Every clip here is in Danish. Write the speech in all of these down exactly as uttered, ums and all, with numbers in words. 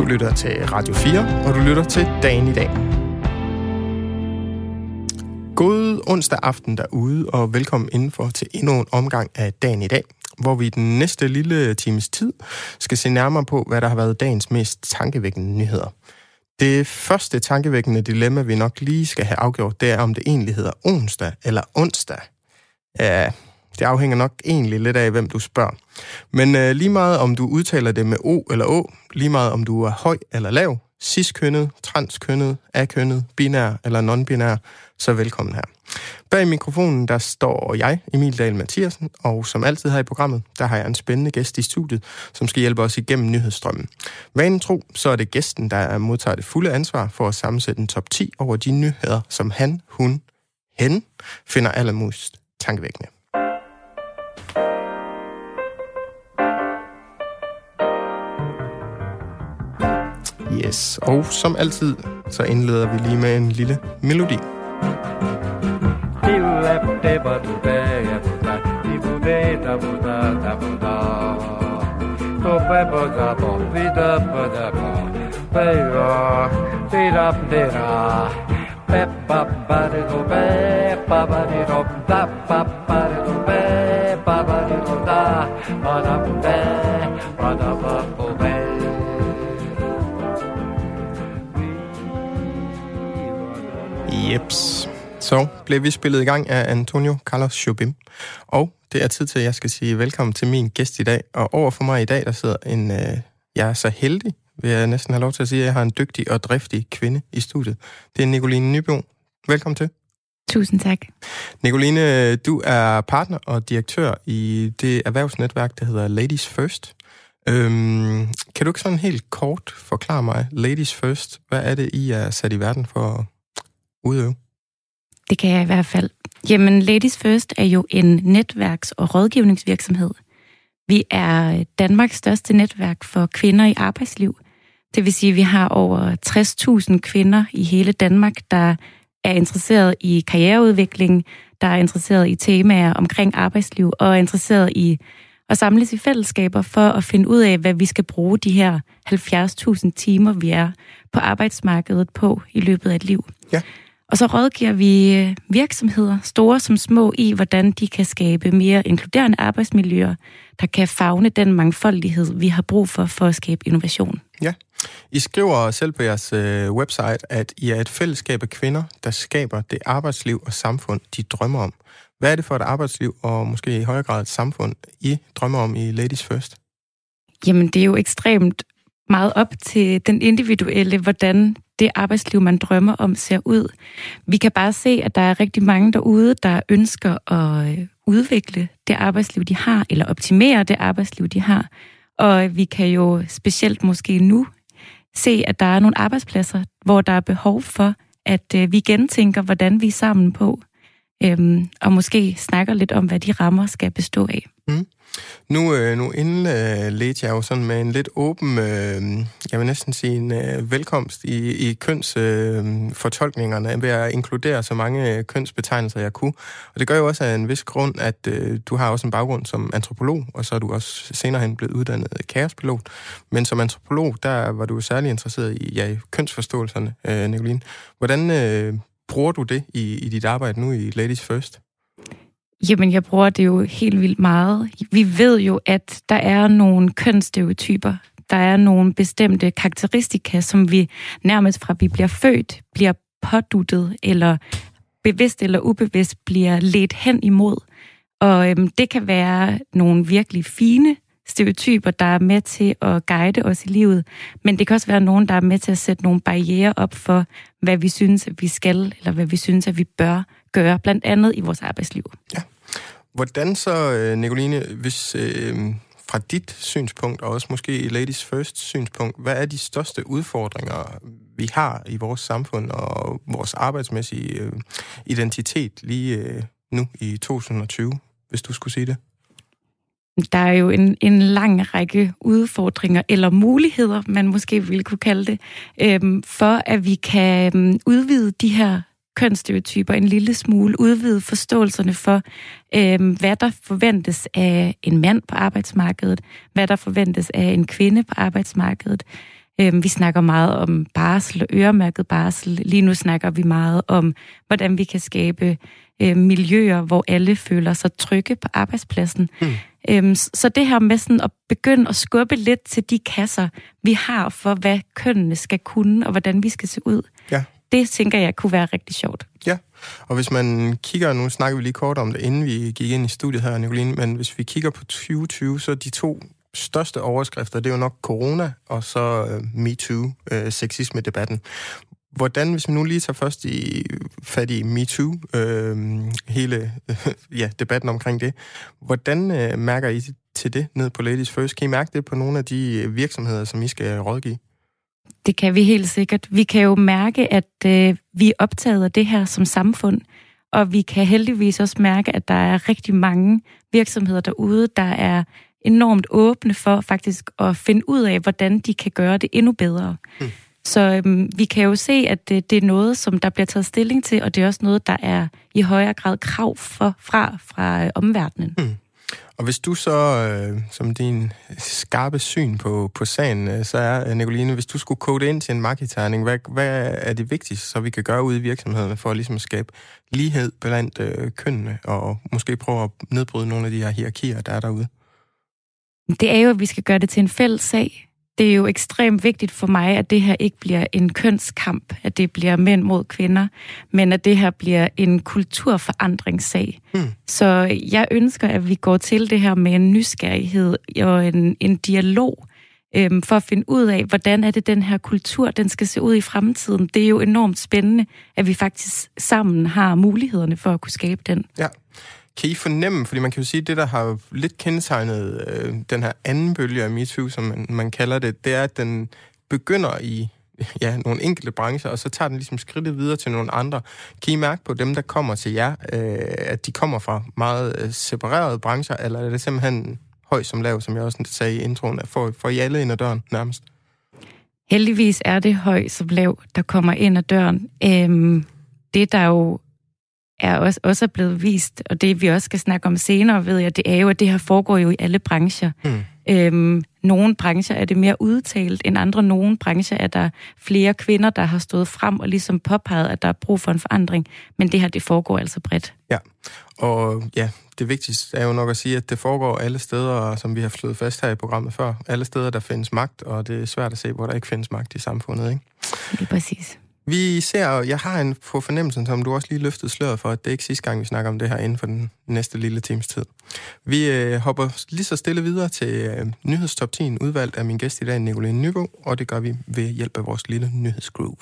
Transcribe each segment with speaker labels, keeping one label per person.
Speaker 1: Du lytter til Radio fire, og du lytter til Dagen i dag. God onsdag aften derude, og velkommen indenfor til endnu en omgang af Dagen i dag, hvor vi den næste lille times tid skal se nærmere på, hvad der har været dagens mest tankevækkende nyheder. Det første tankevækkende dilemma, vi nok lige skal have afgjort, det er, om det egentlig hedder onsdag eller onsdag. Ja, det afhænger nok egentlig lidt af, hvem du spørger. Men øh, lige meget om du udtaler det med O eller Å, lige meget om du er høj eller lav, cis-kønnet, transkønnet, akønnet, binær eller non-binær, så velkommen her. Bag mikrofonen, der står jeg, Emil Dahl Mathiasen, og som altid her i programmet, der har jeg en spændende gæst i studiet, som skal hjælpe os igennem nyhedsstrømmen. Vanen tro, så er det gæsten, der modtager det fulde ansvar for at sammensætte en top ti over de nyheder, som han, hun, hen finder allermest tankevækkende. Yes, og som altid, så indleder vi lige med en lille melodi. Jeps. Så blev vi spillet i gang af Antonio Carlos Jobim. Og det er tid til, at jeg skal sige velkommen til min gæst i dag. Og over for mig i dag, der sidder en... Øh, jeg er så heldig, vil jeg næsten have lov til at sige, at jeg har en dygtig og driftig kvinde i studiet. Det er Nicoline Nybo. Velkommen til.
Speaker 2: Tusind tak.
Speaker 1: Nicoline, du er partner og direktør i det erhvervsnetværk, der hedder Ladies First. Øhm, kan du ikke sådan helt kort forklare mig, Ladies First, hvad er det, I er sat i verden for at udøve?
Speaker 2: Det kan jeg i hvert fald. Jamen, Ladies First er jo en netværks- og rådgivningsvirksomhed. Vi er Danmarks største netværk for kvinder i arbejdsliv. Det vil sige, at vi har over tres tusind kvinder i hele Danmark, der er interesseret i karriereudvikling, der er interesseret i temaer omkring arbejdsliv, og er interesseret i at samles i fællesskaber for at finde ud af, hvad vi skal bruge de her halvfjerds tusind timer, vi er på arbejdsmarkedet på i løbet af et liv.
Speaker 1: Ja.
Speaker 2: Og så rådgiver vi virksomheder, store som små, i hvordan de kan skabe mere inkluderende arbejdsmiljøer, der kan favne den mangfoldighed, vi har brug for, for at skabe innovation.
Speaker 1: Ja. I skriver selv på jeres øh, website, at I er et fællesskab af kvinder, der skaber det arbejdsliv og samfund, de drømmer om. Hvad er det for et arbejdsliv, og måske i højere grad et samfund, I drømmer om i Ladies First?
Speaker 2: Jamen, det er jo ekstremt meget op til den individuelle, hvordan det arbejdsliv, man drømmer om, ser ud. Vi kan bare se, at der er rigtig mange derude, der ønsker at udvikle det arbejdsliv, de har, eller optimere det arbejdsliv, de har. Og vi kan jo specielt måske nu se, at der er nogle arbejdspladser, hvor der er behov for, at vi gentænker, hvordan vi er sammen på, øhm, og måske snakker lidt om, hvad de rammer skal bestå af.
Speaker 1: Mm. Nu, øh, nu indledte jeg jo sådan med en lidt åben, øh, jeg vil næsten sige en øh, velkomst i, i kønsfortolkningerne øh, ved at inkludere så mange øh, kønsbetegnelser, jeg kunne. Og det gør jo også af en vis grund, at øh, du har også en baggrund som antropolog, og så er du også senere hen blevet uddannet kaospilot. Men som antropolog, der var du særlig interesseret i, ja, i kønsforståelserne, øh, Nicoline. Hvordan øh, bruger du det i, i dit arbejde nu i Ladies First?
Speaker 2: Jamen, jeg bruger det jo helt vildt meget. Vi ved jo, at der er nogle kønsstereotyper. Der er nogle bestemte karakteristika, som vi nærmest fra vi bliver født, bliver påduttet, eller bevidst eller ubevidst bliver ledt hen imod. Og øhm, det kan være nogle virkelig fine stereotyper, der er med til at guide os i livet. Men det kan også være nogen, der er med til at sætte nogle barrierer op for, hvad vi synes, at vi skal, eller hvad vi synes, at vi bør gøre, blandt andet i vores arbejdsliv.
Speaker 1: Ja. Hvordan så, Nicoline, hvis øh, fra dit synspunkt, og også måske i Ladies First synspunkt, hvad er de største udfordringer, vi har i vores samfund og vores arbejdsmæssige øh, identitet lige øh, nu i to tusind og tyve, hvis du skulle sige det?
Speaker 2: Der er jo en, en lang række udfordringer, eller muligheder, man måske ville kunne kalde det, øhm, for at vi kan øhm, udvide de her kønsstereotyper en lille smule, udvide forståelserne for, øhm, hvad der forventes af en mand på arbejdsmarkedet, hvad der forventes af en kvinde på arbejdsmarkedet. Øhm, vi snakker meget om barsel og øremærket barsel. Lige nu snakker vi meget om, hvordan vi kan skabe øh, miljøer, hvor alle føler sig trygge på arbejdspladsen. Mm. Øhm, så det her med sådan at begynde at skubbe lidt til de kasser, vi har for, hvad kønnene skal kunne, og hvordan vi skal se ud. Ja. Det tænker jeg kunne være rigtig sjovt.
Speaker 1: Ja, og hvis man kigger, nu snakker vi lige kort om det, inden vi gik ind i studiet her, Nicoline, men hvis vi kigger på tyve tyve, så de to største overskrifter, det er jo nok corona, og så uh, MeToo, uh, sexisme-debatten. Hvordan, hvis vi nu lige tager først i fat i MeToo, øh, hele øh, ja, debatten omkring det, hvordan øh, mærker I til det ned på Ladies First? Kan I mærke det på nogle af de virksomheder, som I skal rådgive?
Speaker 2: Det kan vi helt sikkert. Vi kan jo mærke, at øh, vi er optaget af det her som samfund, og vi kan heldigvis også mærke, at der er rigtig mange virksomheder derude, der er enormt åbne for faktisk at finde ud af, hvordan de kan gøre det endnu bedre. Hmm. Så øhm, vi kan jo se, at det, det er noget, som der bliver taget stilling til, og det er også noget, der er i højere grad krav for, fra, fra øh, omverdenen. Hmm.
Speaker 1: Og hvis du så, øh, som din skarpe syn på, på sagen, øh, så er, Nicoline, hvis du skulle kode ind til en marketerning, hvad, hvad er det vigtigste, så vi kan gøre ude i virksomhederne for at ligesom skabe lighed blandt øh, kønnene, og måske prøve at nedbryde nogle af de her hierarkier, der er derude?
Speaker 2: Det er jo, at vi skal gøre det til en fælles sag. Det er jo ekstremt vigtigt for mig, at det her ikke bliver en kønskamp, at det bliver mænd mod kvinder, men at det her bliver en kulturforandringssag. Hmm. Så jeg ønsker, at vi går til det her med en nysgerrighed og en, en dialog, øhm, for at finde ud af, hvordan er det, den her kultur, den skal se ud i fremtiden. Det er jo enormt spændende, at vi faktisk sammen har mulighederne for at kunne skabe den.
Speaker 1: Ja. Kan I fornemme, fordi man kan jo sige, at det, der har lidt kendetegnet øh, den her anden bølge af MeToo, som man, man kalder det, det er, at den begynder i ja, nogle enkelte brancher, og så tager den ligesom skridtet videre til nogle andre. Kan I mærke på dem, der kommer til jer, øh, at de kommer fra meget øh, separerede brancher, eller er det simpelthen høj som lav, som jeg også sagde i introen, at får, får I alle ind ad døren nærmest?
Speaker 2: Heldigvis er det høj som lav, der kommer ind ad døren. Øhm, det, der jo er også, også blevet vist, og det vi også skal snakke om senere, ved jeg, det er jo, at det her foregår jo i alle brancher. Mm. Øhm, nogle brancher er det mere udtalt end andre. Nogle brancher er der flere kvinder, der har stået frem og ligesom påpeget, at der er brug for en forandring. Men det her, det foregår altså bredt.
Speaker 1: Ja, og ja, det vigtigste er jo nok at sige, at det foregår alle steder, som vi har slået fast her i programmet før. Alle steder, der findes magt, og det er svært at se, hvor der ikke findes magt i samfundet, ikke?
Speaker 2: Lige præcis.
Speaker 1: Vi ser, og jeg har en på fornemmelsen, som du også lige løftede sløret for, at det er ikke sidste gang, vi snakker om det her inden for den næste lille times tid. Vi øh, hopper lige så stille videre til øh, nyhedstop ti, udvalgt af min gæst i dag, Nicoline Nybo, og det gør vi ved hjælp af vores lille nyhedsgroove.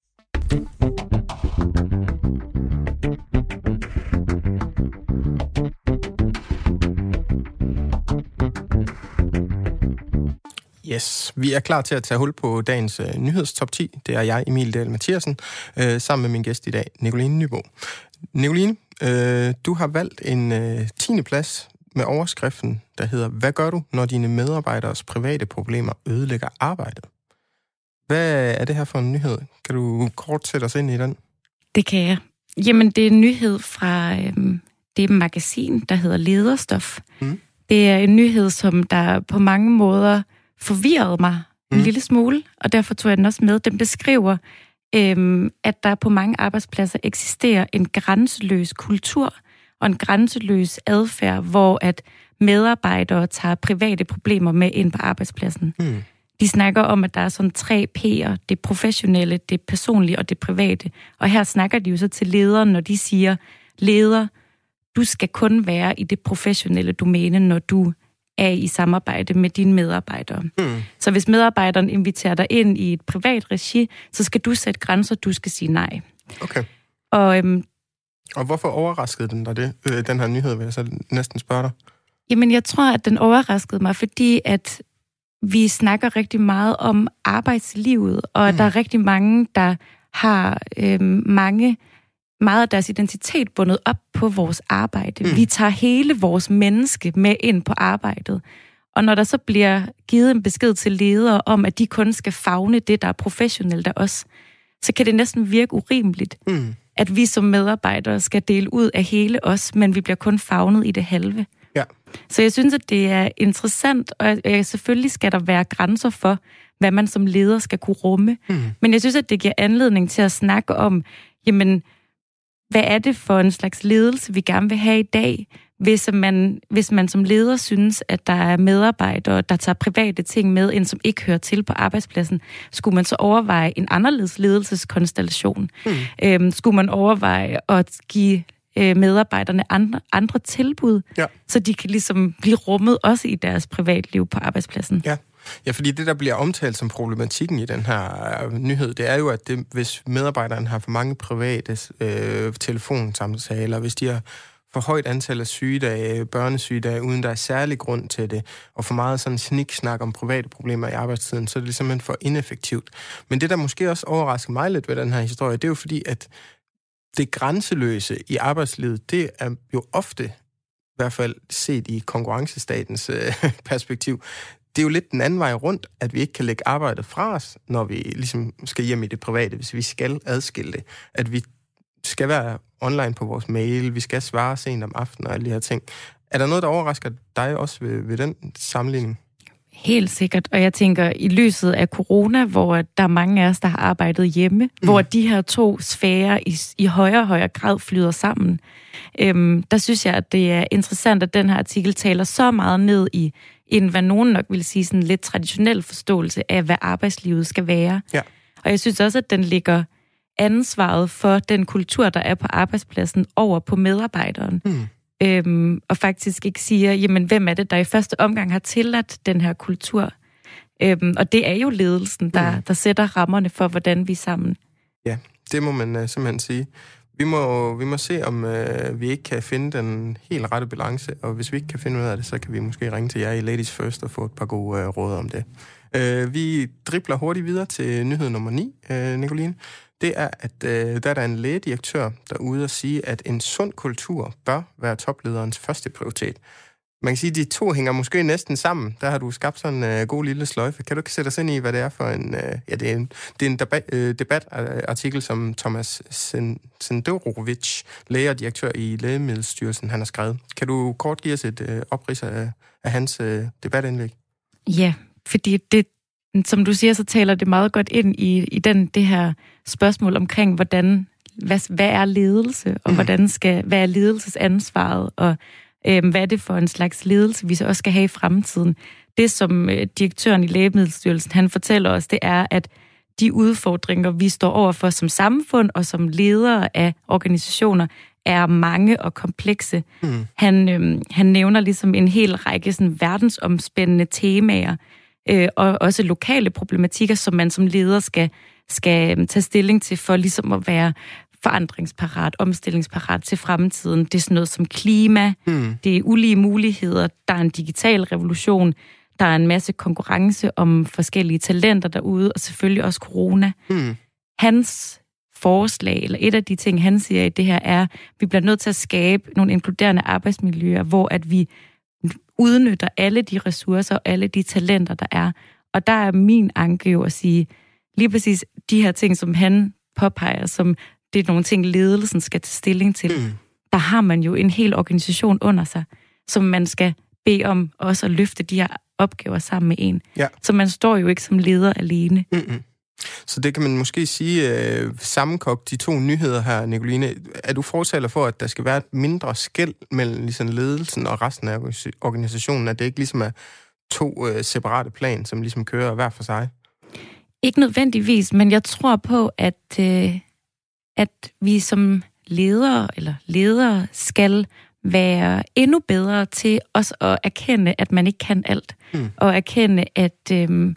Speaker 1: Yes, vi er klar til at tage hul på dagens øh, nyhedstop ti. Det er jeg, Emil Dahl Mathiasen, øh, sammen med min gæst i dag, Nicoline Nybo. Nicoline, øh, du har valgt en øh, tiende plads med overskriften, der hedder, hvad gør du, når dine medarbejderes private problemer ødelægger arbejdet? Hvad er det her for en nyhed? Kan du kort sætte os ind i den?
Speaker 2: Det kan jeg. Jamen, det er en nyhed fra øh, det magasin, der hedder Lederstof. Mm. Det er en nyhed, som der på mange måder forvirrede mig en mm. lille smule, og derfor tog jeg den også med. Den beskriver, øhm, at der på mange arbejdspladser eksisterer en grænseløs kultur og en grænseløs adfærd, hvor at medarbejdere tager private problemer med ind på arbejdspladsen. Mm. De snakker om, at der er sådan tre P'er, det professionelle, det personlige og det private. Og her snakker de jo så til lederen, når de siger, leder, du skal kun være i det professionelle domæne, når du er i samarbejde med dine medarbejdere. Mm. Så hvis medarbejderen inviterer dig ind i et privat regi, så skal du sætte grænser, du skal sige nej.
Speaker 1: Okay.
Speaker 2: Og, øhm,
Speaker 1: og hvorfor overraskede den dig det, øh, den her nyhed, vil jeg så næsten spørge dig?
Speaker 2: Jamen, jeg tror, at den overraskede mig, fordi at vi snakker rigtig meget om arbejdslivet, og mm. der er rigtig mange, der har øhm, mange meget af deres identitet bundet op på vores arbejde. Mm. Vi tager hele vores menneske med ind på arbejdet. Og når der så bliver givet en besked til ledere om, at de kun skal favne det, der er professionelt af os, så kan det næsten virke urimeligt, mm. at vi som medarbejdere skal dele ud af hele os, men vi bliver kun favnet i det halve.
Speaker 1: Ja.
Speaker 2: Så jeg synes, at det er interessant, og selvfølgelig skal der være grænser for, hvad man som leder skal kunne rumme. Mm. Men jeg synes, at det giver anledning til at snakke om, jamen, hvad er det for en slags ledelse, vi gerne vil have i dag, hvis man, hvis man som leder synes, at der er medarbejdere, der tager private ting med ind, som ikke hører til på arbejdspladsen, skulle man så overveje en anderledes ledelseskonstellation? Mm. Øhm, skulle man overveje at give øh, medarbejderne andre, andre tilbud, ja. Så de kan ligesom blive rummet også i deres privatliv på arbejdspladsen?
Speaker 1: Ja. Ja, fordi det, der bliver omtalt som problematikken i den her nyhed, det er jo, at det, hvis medarbejderen har for mange private øh, telefonsamtaler, hvis de har for højt antal af sygedage, børnesygedage, uden der er særlig grund til det, og for meget sådan sniksnak om private problemer i arbejdstiden, så er det simpelthen for ineffektivt. Men det, der måske også overrasker mig lidt ved den her historie, det er jo fordi, at det grænseløse i arbejdslivet, det er jo ofte, i hvert fald set i konkurrencestatens øh, perspektiv, det er jo lidt den anden vej rundt, at vi ikke kan lægge arbejdet fra os, når vi ligesom skal hjem i det private, hvis vi skal adskille det. At vi skal være online på vores mail, vi skal svare sent om aftenen og alle de her ting. Er der noget, der overrasker dig også ved, ved den sammenligning?
Speaker 2: Helt sikkert, og jeg tænker, i lyset af corona, hvor der er mange af os, der har arbejdet hjemme, mm. hvor de her to sfærer i, i højere og højere grad flyder sammen, øhm, der synes jeg, at det er interessant, at den her artikel taler så meget ned i end hvad nogen nok vil sige sådan lidt traditionel forståelse af, hvad arbejdslivet skal være. Ja. Og jeg synes også, at den ligger ansvaret for den kultur, der er på arbejdspladsen, over på medarbejderen. Mm. Øhm, og faktisk ikke siger, jamen, hvem er det, der i første omgang har tilladt den her kultur? Øhm, og det er jo ledelsen, der, mm. der sætter rammerne for, hvordan vi er sammen.
Speaker 1: Ja, det må man uh, simpelthen sige. Vi må, vi må se, om øh, vi ikke kan finde den helt rette balance, og hvis vi ikke kan finde ud af det, så kan vi måske ringe til jer i Ladies First og få et par gode øh, råd om det. Øh, vi dribler hurtigt videre til nyhed nummer ni, øh, Nicoline. Det er, at øh, der er der en lægedirektør, der er ude og sige, at en sund kultur bør være toplederens første prioritet. Man kan sige, at de to hænger måske næsten sammen. Der har du skabt sådan en uh, god lille sløjfe. Kan du ikke sætte os ind i, hvad det er for en... Uh, ja, det er en, det er en debat, uh, debatartikel, som Thomas Sendorovic, læge og direktør i Lægemiddelstyrelsen, han har skrevet. Kan du kort give os et uh, oprids af, af hans uh, debatindlæg?
Speaker 2: Ja, fordi det, som du siger, så taler det meget godt ind i, i den, det her spørgsmål omkring, hvordan, hvad, hvad er ledelse, og mm. hvordan skal, hvad er ledelsesansvaret, og hvad er det for en slags ledelse, vi så også skal have i fremtiden. Det, som direktøren i Lægemiddelstyrelsen, han fortæller os, det er, at de udfordringer, vi står overfor som samfund og som ledere af organisationer, er mange og komplekse. Mm. Han, øhm, han nævner ligesom en hel række sådan, verdensomspændende temaer, øh, og også lokale problematikker, som man som leder skal, skal tage stilling til for ligesom at være forandringsparat, omstillingsparat til fremtiden. Det er sådan noget som klima, mm. det er ulige muligheder, der er en digital revolution, der er en masse konkurrence om forskellige talenter derude, og selvfølgelig også corona. Mm. Hans forslag, eller et af de ting, han siger i det her, er, at vi bliver nødt til at skabe nogle inkluderende arbejdsmiljøer, hvor at vi udnytter alle de ressourcer og alle de talenter, der er. Og der er min anke jo at sige, lige præcis de her ting, som han påpeger, som det er nogle ting, ledelsen skal tage stilling til. Mm. Der har man jo en hel organisation under sig, som man skal bede om også at løfte de her opgaver sammen med en. Ja. Så man står jo ikke som leder alene. Mm-hmm.
Speaker 1: Så det kan man måske sige, øh, sammenkogt de to nyheder her, Nicoline. Er du fortaler for, at der skal være et mindre skel mellem ligesom ledelsen og resten af organisationen, at det ikke ligesom er to øh, separate plan, som ligesom kører hver for sig?
Speaker 2: Ikke nødvendigvis, men jeg tror på, at, øh, at vi som ledere eller ledere skal være endnu bedre til også at erkende, at man ikke kan alt. Mm. Og erkende, at, øhm,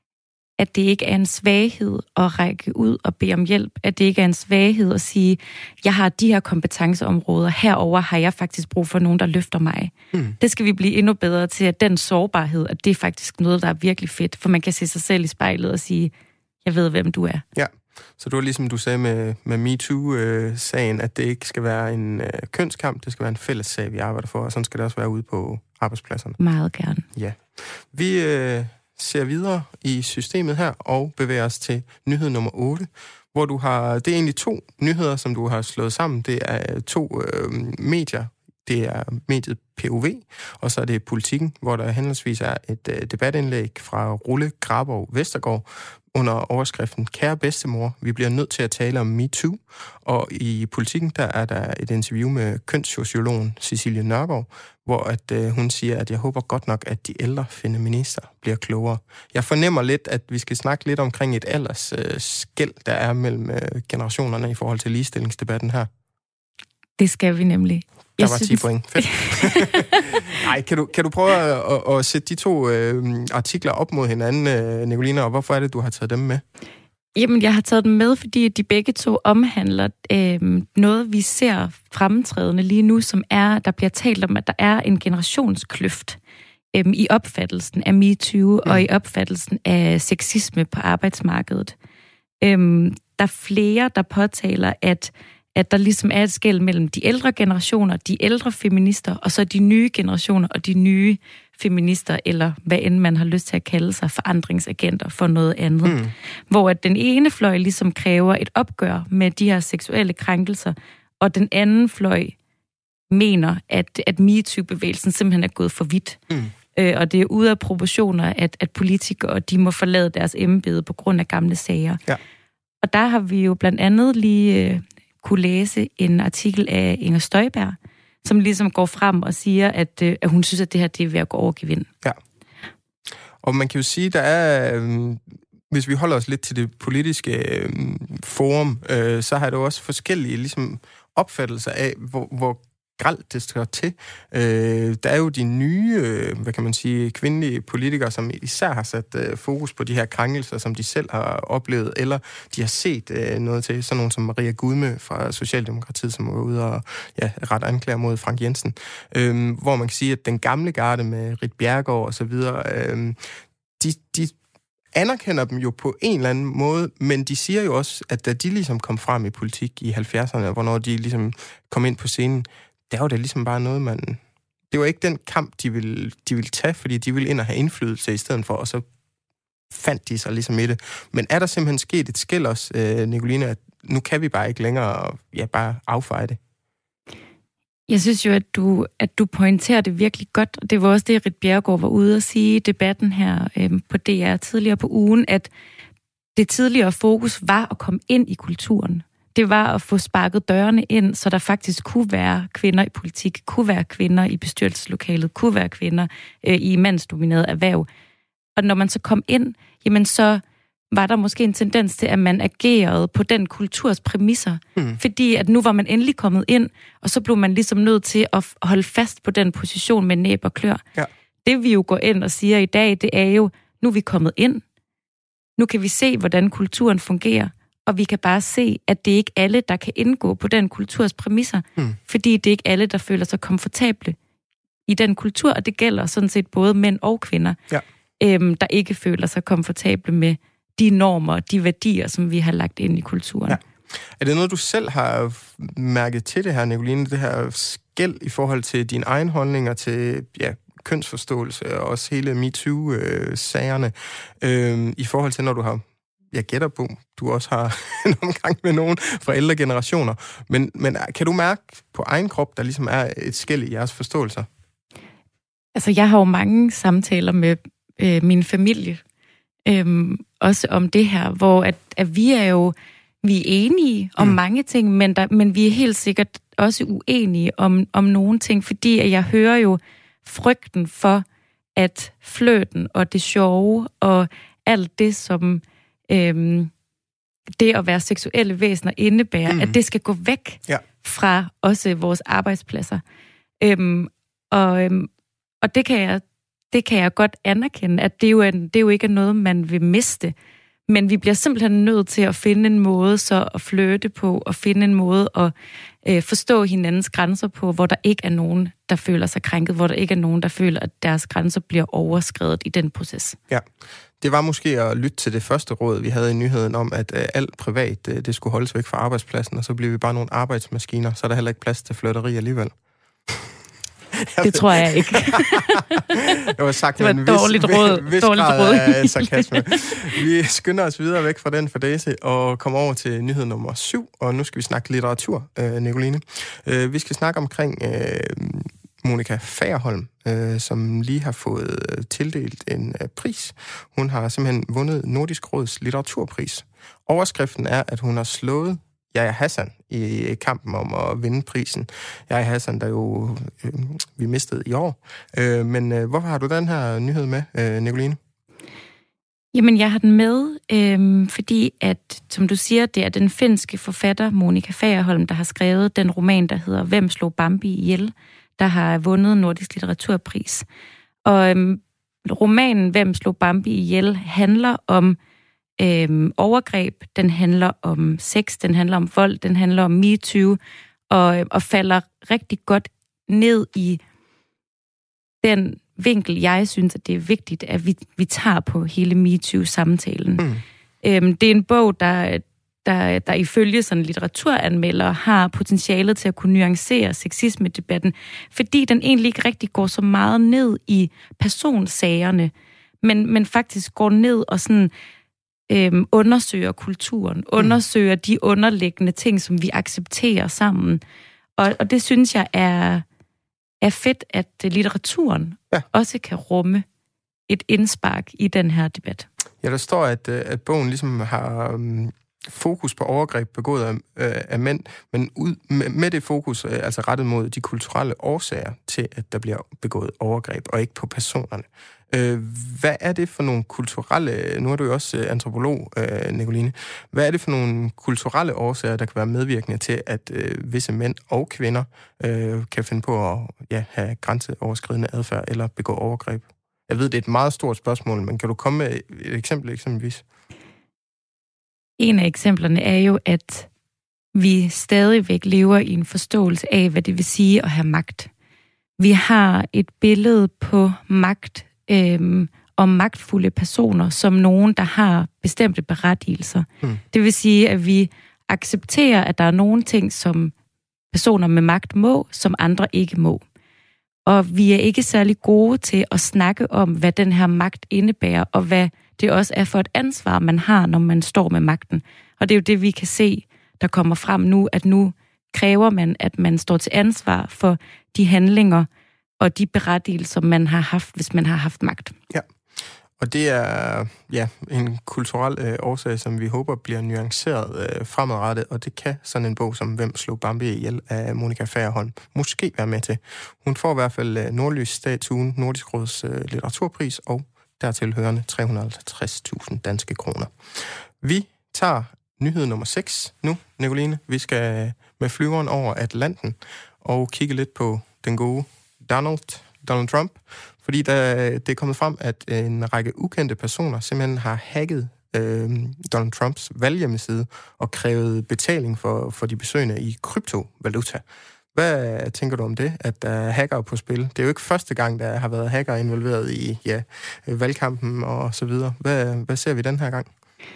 Speaker 2: at det ikke er en svaghed at række ud og bede om hjælp. At det ikke er en svaghed at sige, jeg har de her kompetenceområder, herover har jeg faktisk brug for nogen, der løfter mig. Mm. Det skal vi blive endnu bedre til, at den sårbarhed, at det er faktisk noget, der er virkelig fedt. For man kan se sig selv i spejlet og sige, jeg ved, hvem du er.
Speaker 1: Ja. Så det var ligesom du sagde med, med MeToo-sagen, at det ikke skal være en øh, kønskamp, det skal være en fælles sag, vi arbejder for, og sådan skal det også være ude på arbejdspladserne.
Speaker 2: Meget gerne.
Speaker 1: Ja. Vi øh, ser videre i systemet her og bevæger os til nyhed nummer otte, hvor du har, det er egentlig to nyheder, som du har slået sammen. Det er to øh, medier, Det er mediet P O V, og så er det Politikken, hvor der henholdsvis er et uh, debatindlæg fra Rulle Graborg Vestergaard under overskriften Kære bedstemor, vi bliver nødt til at tale om MeToo. Og i Politikken, der er der et interview med kønssociologen Cecilie Nørgaard, hvor at, uh, hun siger, at jeg håber godt nok, at de ældre feminister bliver klogere. Jeg fornemmer lidt, at vi skal snakke lidt omkring et alders uh, skel, der er mellem uh, generationerne i forhold til ligestillingsdebatten her.
Speaker 2: Det skal vi nemlig.
Speaker 1: Der jeg var synes... ti point. Fedt. Nej, kan du, kan du prøve at, at, at sætte de to øh, artikler op mod hinanden, øh, Nicoline, og hvorfor er det, du har taget dem med?
Speaker 2: Jamen, jeg har taget dem med, fordi de begge to omhandler øh, noget, vi ser fremtrædende lige nu, som er, der bliver talt om, at der er en generationskløft øh, i opfattelsen af MeToo mm. og i opfattelsen af sexisme på arbejdsmarkedet. Øh, der er flere, der påtaler, at at der ligesom er et skel mellem de ældre generationer, de ældre feminister, og så de nye generationer og de nye feminister, eller hvad end man har lyst til at kalde sig, forandringsagenter for noget andet. Mm. Hvor at den ene fløj ligesom kræver et opgør med de her seksuelle krænkelser, og den anden fløj mener, at, at MeToo-bevægelsen simpelthen er gået for vidt. Mm. Øh, og det er ude af proportioner, at, at politikere de må forlade deres embede på grund af gamle sager. Ja. Og der har vi jo blandt andet lige... Øh, kunne læse en artikel af Inger Støjberg, som ligesom går frem og siger, at, at hun synes, at det her det er ved at gå over gevind.
Speaker 1: Ja. Og man kan jo sige, der er, hvis vi holder os lidt til det politiske forum, så har det jo også forskellige ligesom, opfattelser af, hvor, hvor grelt det skal til. Øh, der er jo de nye, øh, hvad kan man sige, kvindelige politikere, som især har sat øh, fokus på de her krænkelser, som de selv har oplevet, eller de har set øh, noget til. Sådan nogen som Maria Gudme fra Socialdemokratiet, som var ude og ja, ret anklager mod Frank Jensen. Øh, hvor man kan sige, at den gamle garde med Ritt Bjerregaard og så videre, øh, de, de anerkender dem jo på en eller anden måde, men de siger jo også, at da de ligesom kom frem i politik i halvfjerdserne, hvornår de ligesom kom ind på scenen, der var det ligesom bare noget, man... Det var ikke den kamp, de ville, de ville tage, fordi de ville ind og have indflydelse i stedet for, og så fandt de sig ligesom i det. Men er der simpelthen sket et skæld også, øh, Nicoline, at nu kan vi bare ikke længere ja, bare affeje det?
Speaker 2: Jeg synes jo, at du, at du pointerer det virkelig godt, og det var også det, Ritt Bjerregaard var ude at sige i debatten her øh, på D R tidligere på ugen, at det tidligere fokus var at komme ind i kulturen. Det var at få sparket dørene ind, så der faktisk kunne være kvinder i politik, kunne være kvinder i bestyrelseslokalet, kunne være kvinder øh, i mandsdomineret erhverv. Og når man så kom ind, jamen så var der måske en tendens til, at man agerede på den kulturs præmisser. Mm. Fordi at nu var man endelig kommet ind, og så blev man ligesom nødt til at holde fast på den position med næb og klør. Ja. Det vi jo går ind og siger i dag, det er jo, nu er vi kommet ind. Nu kan vi se, hvordan kulturen fungerer. Og vi kan bare se, at det er ikke alle, der kan indgå på den kulturs præmisser, mm. fordi det er ikke alle, der føler sig komfortable i den kultur, og det gælder sådan set både mænd og kvinder, ja. øhm, der ikke føler sig komfortable med de normer, de værdier, som vi har lagt ind i kulturen. Ja.
Speaker 1: Er det noget, du selv har mærket til det her, Nicoline, det her skel i forhold til dine egne holdninger til ja, kønsforståelse og også hele MeToo-sagerne, øh, i forhold til, når du har jeg gætter på, du også har en omgang med nogen fra ældre generationer. Men, men kan du mærke på egen krop, der ligesom er et skel i jeres forståelser?
Speaker 2: Altså, jeg har jo mange samtaler med øh, min familie, øh, også om det her, hvor at, at vi er jo vi er enige om mm. mange ting, men, der, men vi er helt sikkert også uenige om, om nogle ting, fordi at jeg hører jo frygten for, at flirten og det sjove og alt det, som Øhm, det at være seksuelle væsener indebærer, mm. at det skal gå væk ja. fra også vores arbejdspladser. Øhm, og, øhm, og det kan jeg det kan jeg godt anerkende, at det er jo, en, det er jo ikke noget, man vil miste. Men vi bliver simpelthen nødt til at finde en måde så at flirte på, og finde en måde at øh, forstå hinandens grænser på, hvor der ikke er nogen, der føler sig krænket, hvor der ikke er nogen, der føler, at deres grænser bliver overskredet i den proces. Ja.
Speaker 1: Det var måske at lytte til det første råd, vi havde i nyheden om, at øh, alt privat, øh, det skulle holdes væk fra arbejdspladsen, og så bliver vi bare nogle arbejdsmaskiner, så er der heller ikke plads til flirteri alligevel.
Speaker 2: Det tror jeg ikke.
Speaker 1: Det var sagt
Speaker 2: det var
Speaker 1: med en
Speaker 2: dårligt
Speaker 1: vis,
Speaker 2: råd.
Speaker 1: vis
Speaker 2: dårligt
Speaker 1: grad
Speaker 2: råd.
Speaker 1: af sarkasme. Vi skynder os videre væk fra den fadæse og kommer over til nyhed nummer syv, og nu skal vi snakke litteratur, øh, Nicoline. Øh, vi skal snakke omkring øh, Monica Fagerholm, øh, som lige har fået øh, tildelt en øh, pris. Hun har simpelthen vundet Nordisk Råds litteraturpris. Overskriften er, at hun har slået Yahya Hassan i kampen om at vinde prisen. Yahya Hassan, der jo øh, vi mistede i år. Øh, men øh, hvorfor har du den her nyhed med, øh, Nicoline?
Speaker 2: Jamen, jeg har den med, øh, fordi at, som du siger, det er den finske forfatter Monica Fagerholm, der har skrevet den roman, der hedder Hvem slog Bambi ihjel, der har vundet Nordisk Litteraturpris. Og øh, romanen Hvem slog Bambi ihjel handler om Øhm, overgreb, den handler om sex, den handler om vold, den handler om MeToo, og, og falder rigtig godt ned i den vinkel, jeg synes, at det er vigtigt, at vi, vi tager på hele MeToo-samtalen. Mm. Øhm, det er en bog, der, der, der ifølge sådan litteraturanmeldere har potentialet til at kunne nuancere sexisme-debatten, fordi den egentlig ikke rigtig går så meget ned i personsagerne, men, men faktisk går ned og sådan Øhm, undersøger kulturen, undersøger mm. de underliggende ting, som vi accepterer sammen. Og, og det synes jeg er, er fedt, at litteraturen ja. også kan rumme et indspark i den her debat.
Speaker 1: Ja, der står, at, at bogen ligesom har um, fokus på overgreb begået af, øh, af mænd, men ud, med, med det fokus øh, altså rettet mod de kulturelle årsager til, at der bliver begået overgreb, og ikke på personerne. Øh, hvad er det for nogle kulturelle, nu er du jo også øh, antropolog, øh, Nicoline, hvad er det for nogle kulturelle årsager, der kan være medvirkende til, at øh, visse mænd og kvinder øh, kan finde på at ja, have grænseoverskridende adfærd eller begå overgreb? Jeg ved, det er et meget stort spørgsmål, men kan du komme med et eksempel eksempelvis?
Speaker 2: En af eksemplerne er jo, at vi stadigvæk lever i en forståelse af, hvad det vil sige at have magt. Vi har et billede på magt Øhm, om magtfulde personer som nogen, der har bestemte berettigelser. Mm. Det vil sige, at vi accepterer, at der er nogle ting, som personer med magt må, som andre ikke må. Og vi er ikke særlig gode til at snakke om, hvad den her magt indebærer, og hvad det også er for et ansvar, man har, når man står med magten. Og det er jo det, vi kan se, der kommer frem nu, at nu kræver man, at man står til ansvar for de handlinger, og de berettigelser, man har haft, hvis man har haft magt.
Speaker 1: Ja, og det er ja, en kulturel øh, årsag, som vi håber bliver nuanceret øh, fremadrettet, og det kan sådan en bog som Hvem slog Bambi ihjel af Monica Fagerholm måske være med til. Hun får i hvert fald øh, Nordlys-statuen, Nordisk Råds øh, litteraturpris, og dertil hørende tre hundrede og halvtreds tusind danske kroner. Vi tager nyhed nummer seks nu, Nicoline. Vi skal med flyveren over Atlanten og kigge lidt på den gode Donald, Donald Trump, fordi der, det er kommet frem, at en række ukendte personer simpelthen har hacket øh, Donald Trumps valghjemmeside og krævet betaling for, for de besøgende i kryptovaluta. Hvad tænker du om det, at der er hacker på spil? Det er jo ikke første gang, der har været hacker involveret i ja, valgkampen og så videre. Hvad, hvad ser vi den her gang?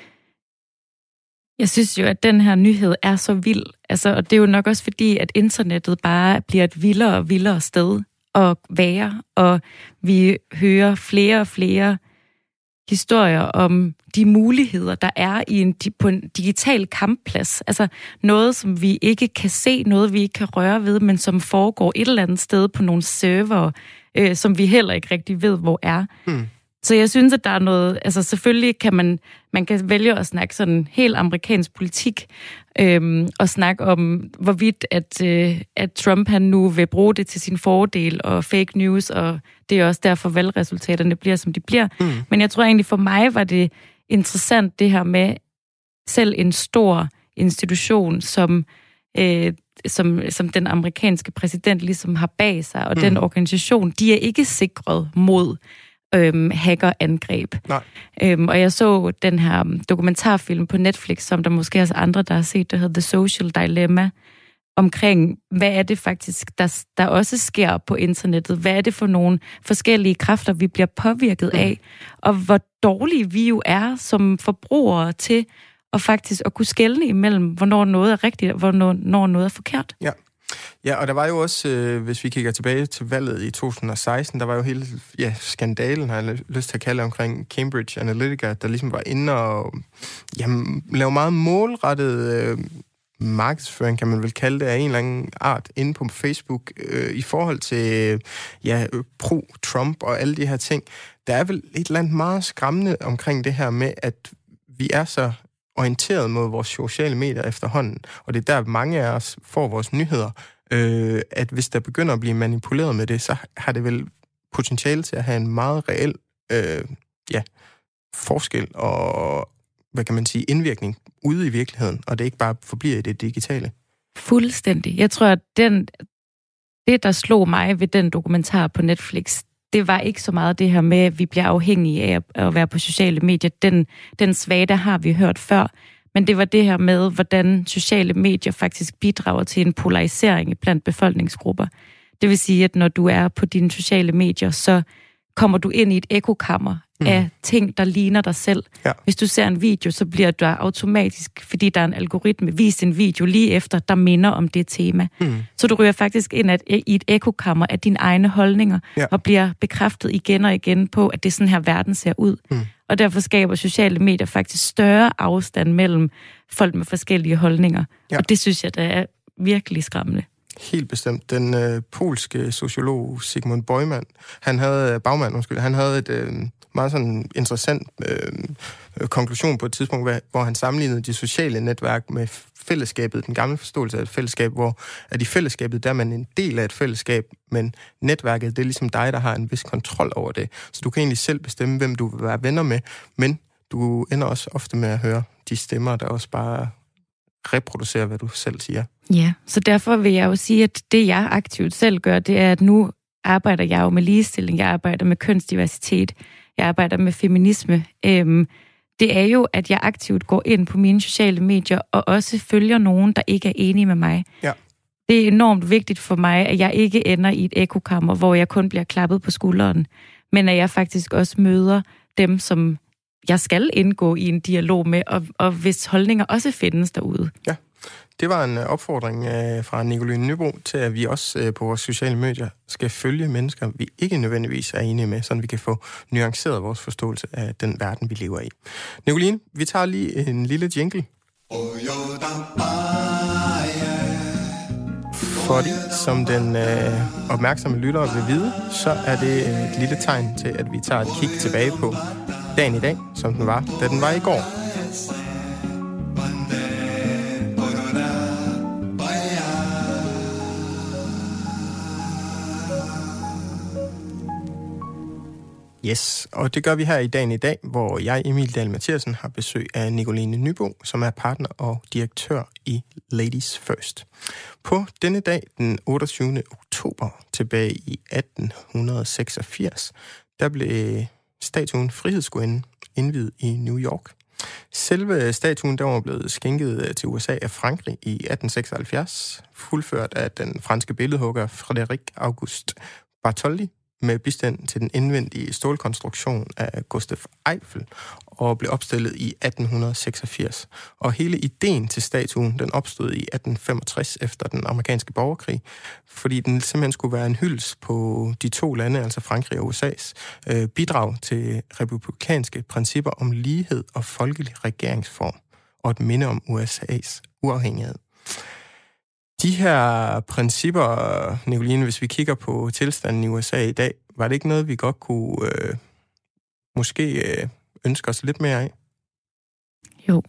Speaker 2: Jeg synes jo, at den her nyhed er så vild. Altså, og det er jo nok også fordi, at internettet bare bliver et vildere og vildere sted at være, og vi hører flere og flere historier om de muligheder, der er i en, på en digital kampplads. Altså noget, som vi ikke kan se, noget vi ikke kan røre ved, men som foregår et eller andet sted på nogle server, øh, som vi heller ikke rigtig ved, hvor er. Hmm. Så jeg synes, at der er noget, altså selvfølgelig kan man, man kan vælge at snakke sådan helt amerikansk politik, øhm, og snakke om, hvorvidt at, øh, at Trump han nu vil bruge det til sin fordel og fake news, og det er også derfor valgresultaterne bliver, som de bliver. Mm. Men jeg tror egentlig for mig var det interessant det her med selv en stor institution, som, øh, som, som den amerikanske præsident ligesom har bag sig, og mm. den organisation, de er ikke sikret mod Øhm, hackerangreb. Øhm, og jeg så den her dokumentarfilm på Netflix, som der måske også andre, der har set, der hedder The Social Dilemma, omkring, hvad er det faktisk, der, der også sker på internettet? Hvad er det for nogle forskellige kræfter, vi bliver påvirket mm. af? Og hvor dårlige vi jo er som forbrugere til at faktisk at kunne skelne imellem, hvornår noget er rigtigt, og hvornår noget er forkert.
Speaker 1: Ja. Ja, og der var jo også, øh, hvis vi kigger tilbage til valget i to tusind og seksten, der var jo hele ja, skandalen, har jeg lyst til at kalde omkring Cambridge Analytica, der ligesom var inde og jamen, lave meget målrettet øh, markedsføring, kan man vel kalde det, af en eller anden art, inde på Facebook, øh, i forhold til ja, pro-Trump og alle de her ting. Der er vel et eller andet meget skræmmende omkring det her med, at vi er så orienteret mod vores sociale medier efterhånden, og det er der, mange af os får vores nyheder, øh, at hvis der begynder at blive manipuleret med det, så har det vel potentiale til at have en meget reel øh, ja, forskel og, hvad kan man sige, indvirkning ude i virkeligheden, og det ikke bare forbliver i det digitale.
Speaker 2: Fuldstændig. Jeg tror, at den, det, der slog mig ved den dokumentar på Netflix, det var ikke så meget det her med, at vi bliver afhængige af at være på sociale medier. Den, den svage, har vi hørt før. Men det var det her med, hvordan sociale medier faktisk bidrager til en polarisering blandt befolkningsgrupper. Det vil sige, at når du er på dine sociale medier, så kommer du ind i et ekokammer mm. af ting, der ligner dig selv. Ja. Hvis du ser en video, så bliver du automatisk, fordi der er en algoritme, vist en video lige efter, der minder om det tema. Mm. Så du ryger faktisk ind i et ekokammer af dine egne holdninger, ja. Og bliver bekræftet igen og igen på, at det er sådan her, verden ser ud. Mm. Og derfor skaber sociale medier faktisk større afstand mellem folk med forskellige holdninger. Ja. Og det synes jeg, der er virkelig skræmmende.
Speaker 1: Helt bestemt. Den øh, polske sociolog Sigmund Bauman, han havde, Bauman, undskyld, han havde et øh, meget sådan interessant øh, konklusion på et tidspunkt, hvor han sammenlignede de sociale netværk med fællesskabet, den gamle forståelse af et fællesskab, hvor at i fællesskabet, der er man en del af et fællesskab, men netværket, det er ligesom dig, der har en vis kontrol over det. Så du kan egentlig selv bestemme, hvem du vil være venner med, men du ender også ofte med at høre de stemmer, der også bare reproducerer, hvad du selv siger.
Speaker 2: Ja, så derfor vil jeg jo sige, at det, jeg aktivt selv gør, det er, at nu arbejder jeg jo med ligestilling, jeg arbejder med kønsdiversitet, jeg arbejder med feminisme. Øhm, det er jo, at jeg aktivt går ind på mine sociale medier og også følger nogen, der ikke er enige med mig. Ja. Det er enormt vigtigt for mig, at jeg ikke ender i et ekokammer, hvor jeg kun bliver klappet på skulderen, men at jeg faktisk også møder dem, som jeg skal indgå i en dialog med, og, og hvis holdninger også findes derude.
Speaker 1: Ja, det var en opfordring øh, fra Nicoline Nybro til, at vi også øh, på vores sociale medier skal følge mennesker, vi ikke nødvendigvis er enige med, så vi kan få nuanceret vores forståelse af den verden, vi lever i. Nicoline, vi tager lige en lille jingle. Fordi, som den øh, opmærksomme lytter vil vide, så er det et lille tegn til, at vi tager et kig tilbage på dagen i dag, som den var, da den var i går. Yes, og det gør vi her i dagen i dag, hvor jeg, Emil Dahl Mathiasen, har besøg af Nicoline Nybo, som er partner og direktør i Ladies First. På denne dag, den otteogtyvende oktober tilbage i atten seksogfirs, der blev statuen Frihedsgudinden indviet i New York. Selve statuen der var blevet skænket til U S A af Frankrig i atten seksoghalvfjerds, fuldført af den franske billedhugger Frédéric Auguste Bartholdi, med bistand til den indvendige stålkonstruktion af Gustave Eiffel, og blev opstillet i atten seksogfirs. Og hele ideen til statuen, den opstod i atten femogtres efter den amerikanske borgerkrig, fordi den simpelthen skulle være en hyldest på de to lande, altså Frankrig og U S A's, øh, bidrag til republikanske principper om lighed og folkelig regeringsform, og et minde om U S A's uafhængighed. De her principper, Nicoline, hvis vi kigger på tilstanden i U S A i dag, var det ikke noget, vi godt kunne øh, måske øh, ønske os lidt mere af?
Speaker 2: Jo.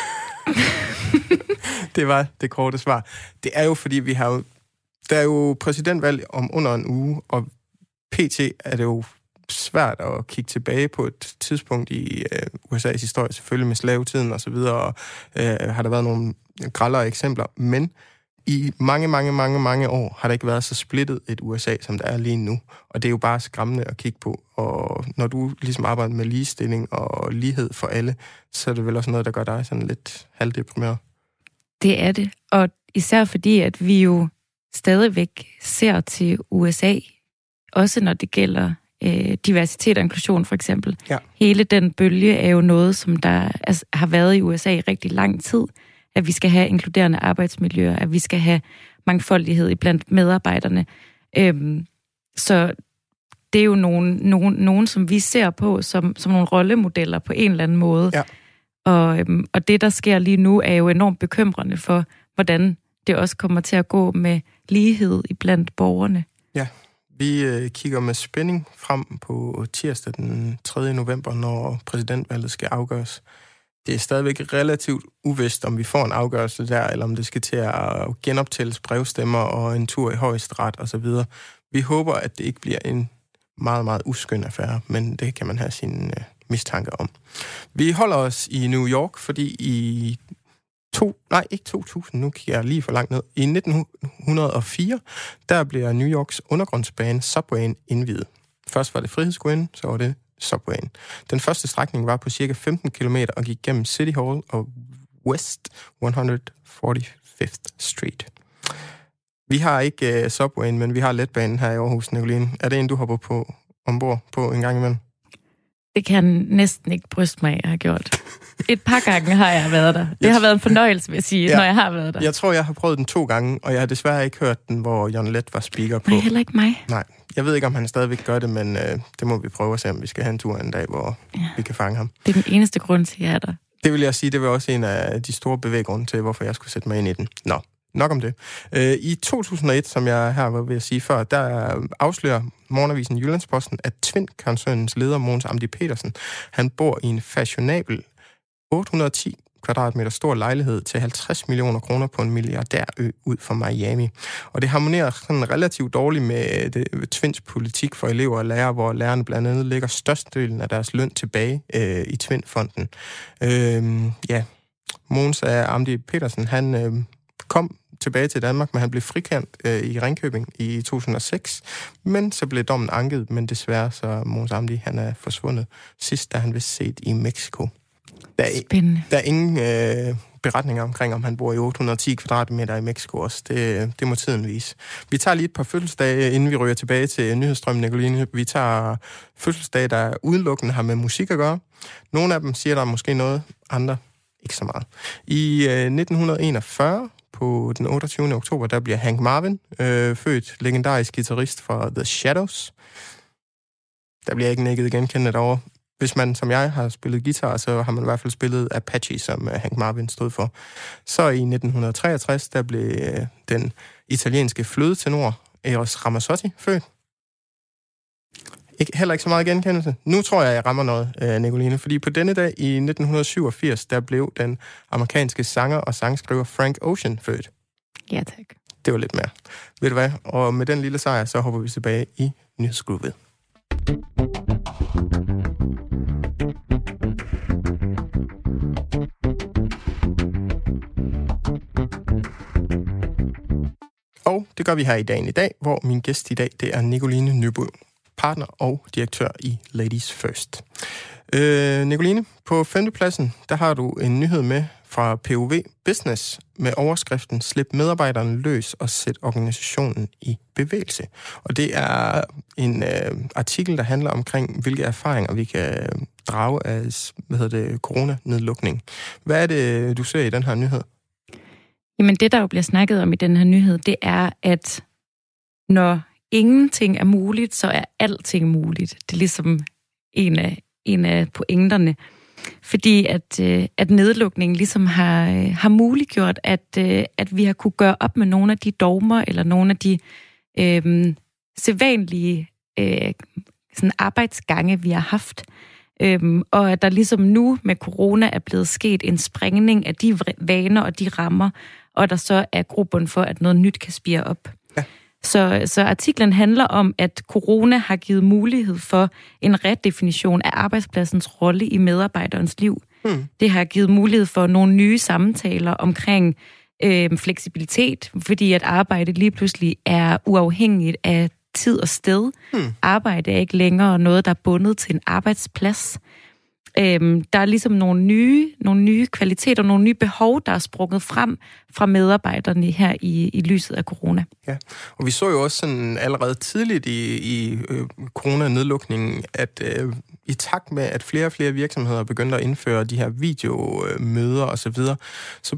Speaker 1: Det var det korte svar. Det er jo, fordi vi har jo, der er jo præsidentvalg om under en uge, og pt. Er det jo svært at kigge tilbage på et tidspunkt i øh, U S A's historie, selvfølgelig med slavetiden og så videre, og øh, har der været nogle grellere eksempler, men i mange, mange, mange, mange år har der ikke været så splittet et U S A, som der er lige nu. Og det er jo bare skræmmende at kigge på. Og når du ligesom arbejder med ligestilling og lighed for alle, så er det vel også noget, der gør dig sådan lidt halvdeprimeret.
Speaker 2: Det er det. Og især fordi, at vi jo stadigvæk ser til U S A, også når det gælder øh, diversitet og inklusion for eksempel. Ja. Hele den bølge er jo noget, som der altså, har været i U S A i rigtig lang tid. At vi skal have inkluderende arbejdsmiljøer, at vi skal have mangfoldighed blandt medarbejderne. Øhm, så det er jo nogen, nogen, nogen, som vi ser på som, som nogle rollemodeller på en eller anden måde.
Speaker 1: Ja.
Speaker 2: Og, øhm, og det, der sker lige nu, er jo enormt bekymrende for, hvordan det også kommer til at gå med lighed iblandt borgerne.
Speaker 1: Ja, vi øh, kigger med spænding frem på tirsdag den tredje november, når præsidentvalget skal afgøres. Det er stadigvæk relativt uvist, om vi får en afgørelse der, eller om det skal til at genoptælles brevstemmer og en tur i højesteret osv. Vi håber, at det ikke bliver en meget, meget uskøn affære, men det kan man have sin øh, mistanke om. Vi holder os i New York, fordi i to, nej, ikke to tusind, nu kigger jeg lige for langt ned. I nitten hundrede og fire, der bliver New Yorks undergrundsbane Subwayen indviet. Først var det Frihedsgudinden, så var det Subwayen. Den første strækning var på cirka femten kilometer og gik gennem City Hall og West et hundrede og femogfyrre Street. Vi har ikke uh, Subwayen, men vi har letbanen her i Aarhus, Nicoline. Er det en, du hopper på ombord på en gang imellem?
Speaker 2: Det kan jeg næsten ikke bryste mig af, jeg har gjort. Et par gange har jeg været der. Det har været en fornøjelse, vil jeg sige, ja, når jeg har været der.
Speaker 1: Jeg tror, jeg har prøvet den to gange, og jeg har desværre ikke hørt den, hvor John Lett var speaker på.
Speaker 2: Nej, heller ikke mig.
Speaker 1: Nej, jeg ved ikke, om han stadigvæk gør det, men øh, det må vi prøve at se, om vi skal have en tur en dag, hvor ja. vi kan fange ham.
Speaker 2: Det er den eneste grund til, at jeg er der.
Speaker 1: Det vil jeg sige, det var også en af de store bevæggrunde til, hvorfor jeg skulle sætte mig ind i den. Nå, nok om det. Øh, I to tusind og et, som jeg her var ved at sige før, der afslører Morgenavisen Jyllandsposten, at Tvind-koncernens leder, Mogens Amdi Petersen, han bor i en fashionabel otte hundrede og ti kvadratmeter stor lejlighed til halvtreds millioner kroner på en milliardærø ud for Miami. Og det harmonerer sådan relativt dårligt med det, Tvinds politik for elever og lærere, hvor lærerne blandt andet lægger størstedelen af deres løn tilbage øh, i Tvind-fonden. Øh, ja, Mogens Amdi Petersen, han øh, kom tilbage til Danmark, men han blev frikendt øh, i Ringkøbing i to tusind og seks. Men så blev dommen anket, men desværre så Mogens Amdi, han er forsvundet sidst, da han blev set i Mexico. Der er,
Speaker 2: Spændende.
Speaker 1: Der er ingen øh, beretninger omkring, om han bor i otte hundrede og ti kvadratmeter i Mexico også. Det, det må tiden vise. Vi tager lige et par fødselsdage, inden vi ryger tilbage til nyhedsstrømmen, Nicoline. Vi tager fødselsdage, der udelukkende har med musik at gøre. Nogle af dem siger der måske noget, andre ikke så meget. I øh, nitten enogfyrre, på den otteogtyvende oktober, der bliver Hank Marvin øh, født, legendarisk guitarist fra The Shadows. Der bliver ikke nækket genkendt derovre. Hvis man, som jeg, har spillet guitar, så har man i hvert fald spillet Apache, som Hank Marvin stod for. Så i nitten treogtres, der blev den italienske flødetenor Eros Ramazzotti født. Ikke, heller ikke så meget genkendelse. Nu tror jeg, jeg rammer noget, Nicoline, fordi på denne dag i nitten syvogfirs, der blev den amerikanske sanger og sangskriver Frank Ocean født.
Speaker 2: Ja, tak.
Speaker 1: Det var lidt mere. Ved du hvad? Og med den lille sejr, så hopper vi tilbage i nyhedsgrupet. Og det gør vi her i dagen i dag, hvor min gæst i dag, det er Nicoline Nybo, partner og direktør i Ladies First. Øh, Nicoline, på femtepladsen, der har du en nyhed med fra P O V Business med overskriften Slip medarbejderne løs og sæt organisationen i bevægelse. Og det er en øh, artikel, der handler omkring, hvilke erfaringer vi kan drage af hvad hedder det, coronanedlukning. Hvad er det, du ser i den her nyhed?
Speaker 2: Jamen det, der jo bliver snakket om i den her nyhed, det er, at når ingenting er muligt, så er alting muligt. Det er ligesom en af, en af pointerne. Fordi at, at nedlukningen ligesom har, har muliggjort, at, at vi har kunne gøre op med nogle af de dogmer, eller nogle af de øh, sædvanlige øh, sådan arbejdsgange, vi har haft. Øhm, og at der ligesom nu med corona er blevet sket en sprængning af de vaner og de rammer, og der så er grobund for, at noget nyt kan spire op. Ja. Så, så artiklen handler om, at corona har givet mulighed for en redefinition af arbejdspladsens rolle i medarbejderens liv. Hmm. Det har givet mulighed for nogle nye samtaler omkring øh, fleksibilitet, fordi at arbejde lige pludselig er uafhængigt af tid og sted. Hmm. Arbejde er ikke længere noget, der er bundet til en arbejdsplads. Øhm, der er ligesom nogle nye, nogle nye kvaliteter, nogle nye behov, der er sprunget frem fra medarbejderne her i, i lyset af corona.
Speaker 1: Ja, og vi så jo også sådan allerede tidligt i, i øh, coronanedlukningen, at øh, i takt med, at flere og flere virksomheder begyndte at indføre de her videomøder osv., så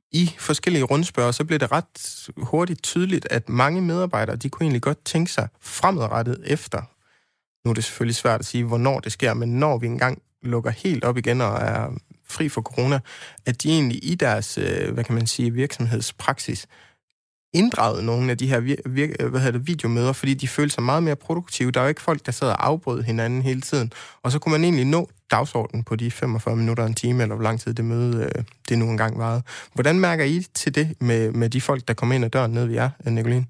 Speaker 1: i forskellige rundspørger, så blev det ret hurtigt tydeligt, at mange medarbejdere, de kunne egentlig godt tænke sig fremadrettet efter. Nu er det selvfølgelig svært at sige, hvornår det sker, men når vi engang lukker helt op igen og er fri for corona, at de egentlig i deres, hvad kan man sige, virksomhedspraksis inddraget nogle af de her vir- vir- hvad hedder det, videomøder, fordi de følte sig meget mere produktive. Der er jo ikke folk, der sad og afbrød hinanden hele tiden. Og så kunne man egentlig nå dagsordenen på de femogfyrre minutter, en time, eller hvor lang tid det møde det nu engang varede. Hvordan mærker I til det med, med de folk, der kommer ind ad døren ned ved jer, Nicoline?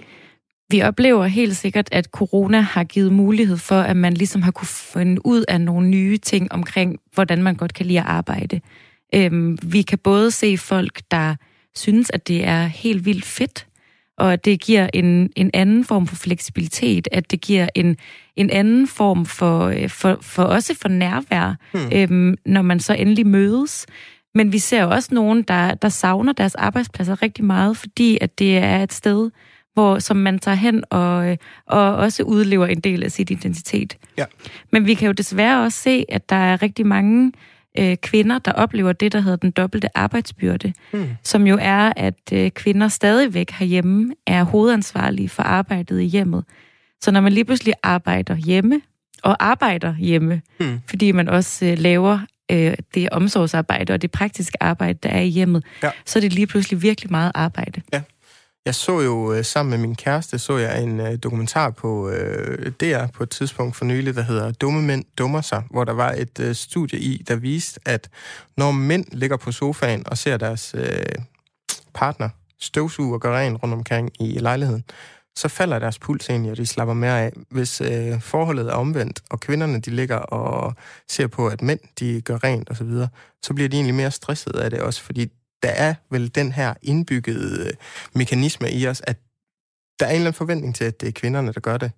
Speaker 2: Vi oplever helt sikkert, at corona har givet mulighed for, at man ligesom har kunne finde ud af nogle nye ting omkring, hvordan man godt kan lide at arbejde. Øhm, vi kan både se folk, der synes, at det er helt vildt fedt, og at det giver en, en anden form for fleksibilitet, at det giver en, en anden form for, for, for også for nærvær, hmm. øhm, når man så endelig mødes. Men vi ser også nogen, der, der savner deres arbejdspladser rigtig meget, fordi at det er et sted, hvor som man tager hen og, og også udlever en del af sit identitet. Ja. Men vi kan jo desværre også se, at der er rigtig mange øh, kvinder, der oplever det, der hedder den dobbelte arbejdsbyrde, hmm. som jo er, at øh, kvinder stadigvæk herhjemme er hovedansvarlige for arbejdet i hjemmet. Så når man lige pludselig arbejder hjemme, og arbejder hjemme, hmm. fordi man også øh, laver øh, det omsorgsarbejde og det praktiske arbejde, der er i hjemmet, ja. Så er det lige pludselig virkelig meget arbejde.
Speaker 1: Ja. Jeg så jo øh, sammen med min kæreste, så jeg en øh, dokumentar på øh, D R på et tidspunkt for nylig, der hedder Dumme mænd dummer sig, hvor der var et øh, studie i, der viste, at når mænd ligger på sofaen og ser deres øh, partner støvsuge og gøre rent rundt omkring i lejligheden, så falder deres puls egentlig, og de slapper mere af. Hvis øh, forholdet er omvendt, og kvinderne de ligger og ser på, at mænd de gør rent osv., så, videre, så bliver de egentlig mere stresset af det også, fordi der er vel den her indbyggede mekanisme i os, at der er en eller anden forventning til, at det er kvinderne, der gør det.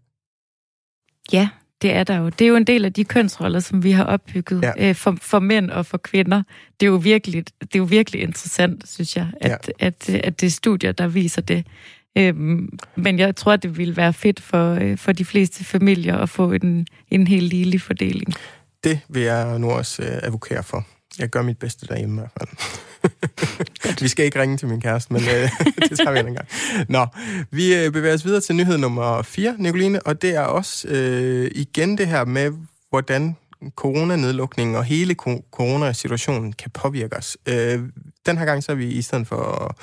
Speaker 2: Ja, det er der jo. Det er jo en del af de kønsroller, som vi har opbygget ja. øh, for, for mænd og for kvinder. Det er jo virkelig, det er jo virkelig interessant, synes jeg, at, ja. at, at, at det er studier, der viser det. Øhm, men jeg tror, det ville være fedt for, øh, for de fleste familier at få en, en helt ligelig fordeling.
Speaker 1: Det vil jeg nu også øh, advokere for. Jeg gør mit bedste derhjemme i hvert fald. Vi skal ikke ringe til min kæreste, men øh, det tager vi en gang. Nå, vi øh, bevæger os videre til nyhed nummer fire, Nicoline, og det er også øh, igen det her med, hvordan coronanedlukningen og hele coronasituationen kan påvirke os. Øh, den her gang så er vi i stedet for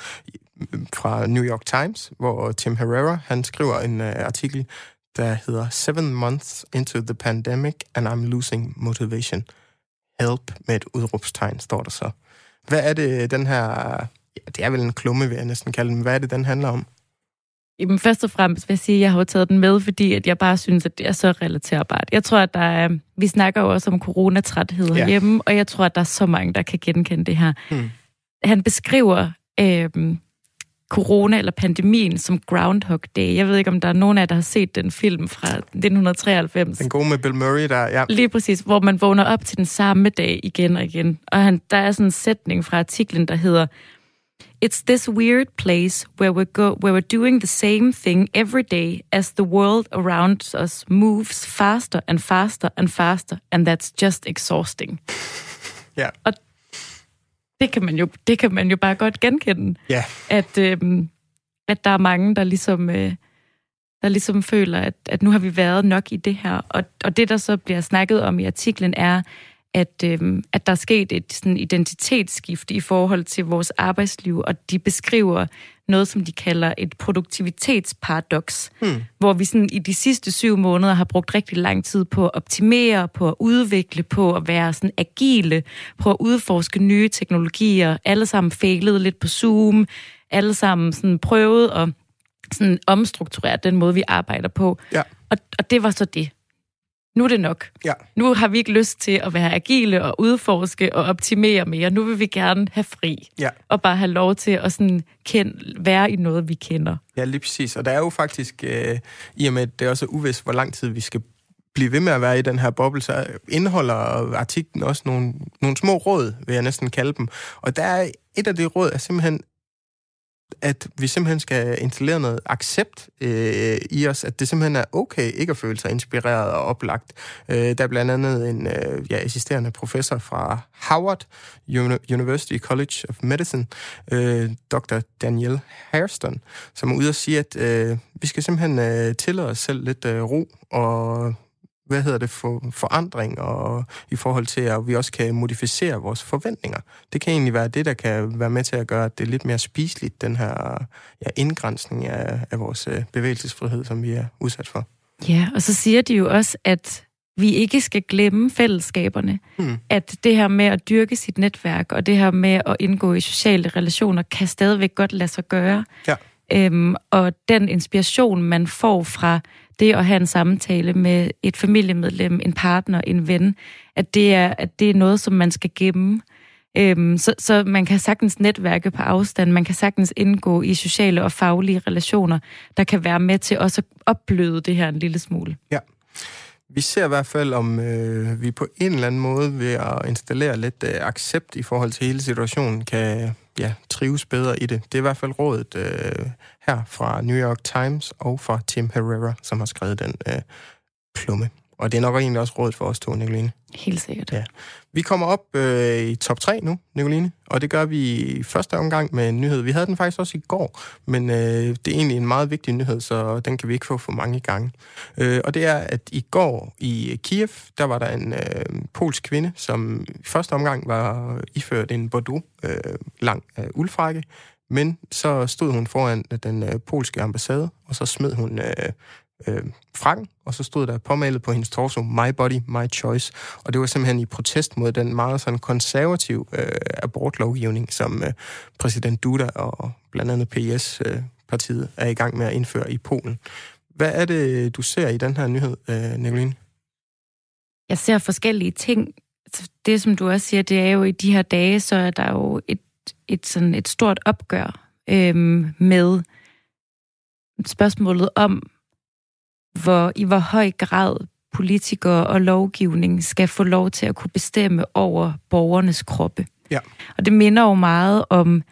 Speaker 1: fra New York Times, hvor Tim Herrera, han skriver en øh, artikel, der hedder Seven months into the pandemic and I'm losing motivation. Help med et udråbstegn, står der så. Hvad er det, den her... Ja, det er vel en klumme, vil jeg næsten kalde den. Hvad er det, den handler om?
Speaker 2: Jamen, først og fremmest vil jeg sige, at jeg har taget den med, fordi at jeg bare synes, at det er så relaterbart. Jeg tror, at der er... Vi snakker jo også om coronatræthed ja. Herhjemme, og jeg tror, at der er så mange, der kan genkende det her. Hmm. Han beskriver øh, corona eller pandemien som Groundhog Day. Jeg ved ikke, om der er nogen af jer, der har set den film fra nitten treoghalvfems.
Speaker 1: Den gode med Bill Murray der, ja.
Speaker 2: Lige præcis, hvor man vågner op til den samme dag igen og igen. Og han, der er sådan en sætning fra artiklen, der hedder It's this weird place where we go, where we're doing the same thing every day as the world around us moves faster and faster and faster, and that's just exhausting.
Speaker 1: Ja.
Speaker 2: Og det kan man jo, det kan man jo bare godt genkende.
Speaker 1: Ja.
Speaker 2: At, øhm, at der er mange, der ligesom, øh, der ligesom føler, at, at nu har vi været nok i det her. Og, og det, der så bliver snakket om i artiklen, er, at, øhm, at der er sket et sådan, identitetsskift i forhold til vores arbejdsliv, og de beskriver noget, som de kalder et produktivitetsparadoks, hmm. hvor vi sådan i de sidste syv måneder har brugt rigtig lang tid på at optimere, på at udvikle, på at være sådan agile, på at udforske nye teknologier, alle sammen failede lidt på Zoom, alle sammen sådan prøvet at sådan omstrukturere den måde, vi arbejder på. Ja. Og, og det var så det. Nu er det nok. Ja. Nu har vi ikke lyst til at være agile og udforske og optimere mere. Nu vil vi gerne have fri. Ja. Og bare have lov til at sådan kende, være i noget, vi kender. Ja, lige præcis. Og der er jo faktisk, øh, i og med, at det er også uvist, hvor lang tid vi skal blive ved med at være i den her boble, så indeholder artiklen også nogle, nogle små råd, vil jeg næsten kalde dem. Og der er et af de råd, er simpelthen
Speaker 1: at vi simpelthen skal installere noget accept øh, i os, at det simpelthen er okay ikke at føle sig inspireret og oplagt. Øh, der er blandt andet en øh, ja, assisterende professor fra Howard University College of Medicine, øh, doktor Danielle Hairston, som er ude at sige, at øh, vi skal simpelthen øh, tillade os selv lidt øh, ro og hvad hedder det, for forandring, og i forhold til, at vi også kan modificere vores forventninger. Det kan egentlig være det, der kan være med til at gøre, at det er lidt mere spiseligt, den her ja, indgrænsning af, af vores bevægelsesfrihed, som vi er udsat for.
Speaker 2: Ja, og så siger de jo også, at vi ikke skal glemme fællesskaberne. Hmm. At det her med at dyrke sit netværk, og det her med at indgå i sociale relationer, kan stadigvæk godt lade sig gøre.
Speaker 1: Ja.
Speaker 2: Øhm, og den inspiration, man får fra det at have en samtale med et familiemedlem, en partner, en ven, at det er, at det er noget, som man skal gemme. Øhm, så, så man kan sagtens netværke på afstand, man kan sagtens indgå i sociale og faglige relationer, der kan være med til også at opbløde det her en lille smule.
Speaker 1: Ja. Vi ser i hvert fald, om øh, vi på en eller anden måde ved at installere lidt øh, accept i forhold til hele situationen, kan ja, trives bedre i det. Det er i hvert fald rådet øh, her fra New York Times og fra Tim Herrera, som har skrevet den øh, klumme. Og det er nok egentlig også rådet for os to, Nicoline.
Speaker 2: Helt sikkert.
Speaker 1: Ja. Vi kommer op øh, i top tre nu, Nicoline, og det gør vi i første omgang med en nyhed. Vi havde den faktisk også i går, men øh, det er egentlig en meget vigtig nyhed, så den kan vi ikke få for mange gange. Øh, og det er, at i går i Kiev, der var der en øh, polsk kvinde, som i første omgang var iført en bordeaux øh, lang øh, uldfrakke, men så stod hun foran den øh, polske ambassade, og så smed hun øh, øh, frakken, og så stod der påmalet på hendes torso, My Body, My Choice. Og det var simpelthen i protest mod den meget sådan konservativ øh, abortlovgivning, som øh, præsident Duda og blandt andet P S-partiet øh, er i gang med at indføre i Polen. Hvad er det, du ser i den her nyhed, øh, Nicoline?
Speaker 2: Jeg ser forskellige ting. Det, som du også siger, det er jo i de her dage, så er der jo et, et, sådan et stort opgør øh, med spørgsmålet om, hvor i hvor høj grad politikere og lovgivning skal få lov til at kunne bestemme over borgernes kroppe.
Speaker 1: Ja.
Speaker 2: Og det minder jo meget om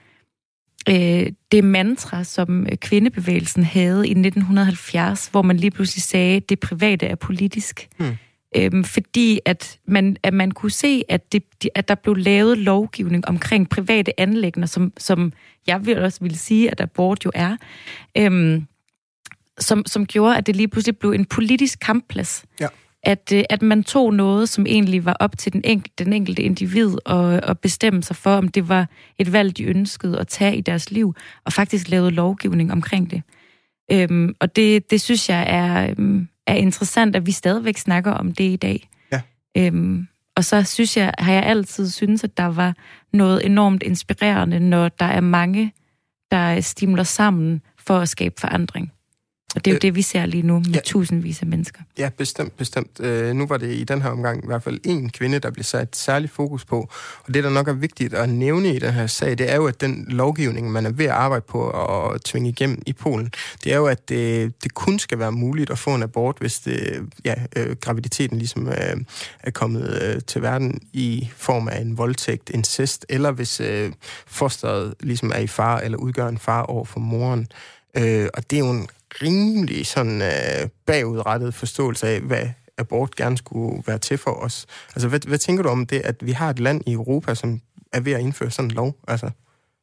Speaker 2: øh, det mantra, som kvindebevægelsen havde i nitten halvfjerds, hvor man lige pludselig sagde, at det private er politisk. Hmm. Øhm, fordi at man, at man kunne se, at, det, at der blev lavet lovgivning omkring private anliggender, som, som jeg vil også vil sige, at abort jo er, øhm, Som, som gjorde, at det lige pludselig blev en politisk kampplads.
Speaker 1: Ja.
Speaker 2: At, at man tog noget, som egentlig var op til den enkelte, den enkelte individ og, og bestemme sig for, om det var et valg, de ønskede at tage i deres liv, og faktisk lavede lovgivning omkring det. Øhm, og det, det synes jeg er, øhm, er interessant, at vi stadigvæk snakker om det i dag.
Speaker 1: Ja.
Speaker 2: Øhm, og så synes jeg, har jeg altid synes, at der var noget enormt inspirerende, når der er mange, der stimler sammen for at skabe forandring. Og det er jo det, vi ser lige nu med ja. tusindvis af mennesker.
Speaker 1: Ja, bestemt, bestemt. Øh, nu var det i den her omgang i hvert fald en kvinde, der blev sat særlig fokus på. Og det, der nok er vigtigt at nævne i den her sag, det er jo, at den lovgivning, man er ved at arbejde på og tvinge igennem i Polen, det er jo, at det, det kun skal være muligt at få en abort, hvis det, ja, øh, graviditeten ligesom øh, er kommet øh, til verden i form af en voldtægt, incest, eller hvis øh, fosteret ligesom er i fare eller udgør en fare over for moren. Øh, og det er jo en rimelig sådan øh, bagudrettet forståelse af, hvad abort gerne skulle være til for os. Altså, hvad, hvad tænker du om det, at vi har et land i Europa, som er ved at indføre sådan en lov? Altså.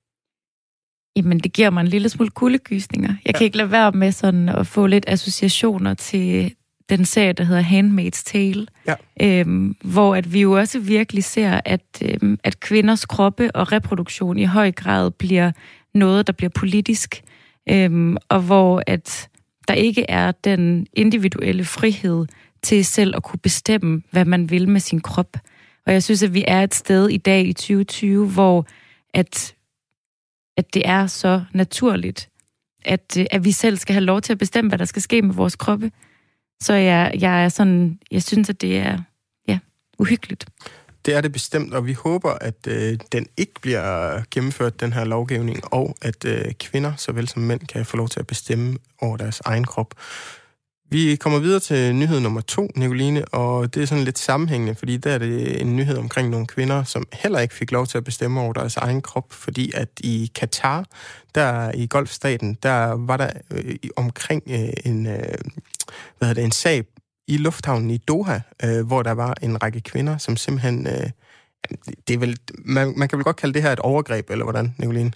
Speaker 2: Jamen, det giver mig en lille smule kuldegysninger. Jeg ja. kan ikke lade være med sådan at få lidt associationer til den serie, der hedder Handmaid's Tale,
Speaker 1: ja.
Speaker 2: øhm, hvor at vi jo også virkelig ser, at, øhm, at kvinders kroppe og reproduktion i høj grad bliver noget, der bliver politisk, Øhm, og hvor at der ikke er den individuelle frihed til selv at kunne bestemme, hvad man vil med sin krop. Og jeg synes, at vi er et sted i dag i tyve tyve, hvor at, at det er så naturligt, at, at vi selv skal have lov til at bestemme, hvad der skal ske med vores kroppe. Så jeg, jeg er sådan, jeg synes, at det er ja, uhyggeligt.
Speaker 1: Det er det bestemt, og vi håber, at øh, den ikke bliver gennemført, den her lovgivning, og at øh, kvinder, såvel som mænd, kan få lov til at bestemme over deres egen krop. Vi kommer videre til nyhed nummer to, Nicoline, og det er sådan lidt sammenhængende, fordi der er det en nyhed omkring nogle kvinder, som heller ikke fik lov til at bestemme over deres egen krop, fordi at i Katar, der i Golfstaten, der var der øh, omkring øh, en, øh, hvad hedder det, en sag i lufthavnen i Doha, øh, hvor der var en række kvinder, som simpelthen, øh, det er vel, man, man kan vel godt kalde det her et overgreb, eller hvordan, Nicoline?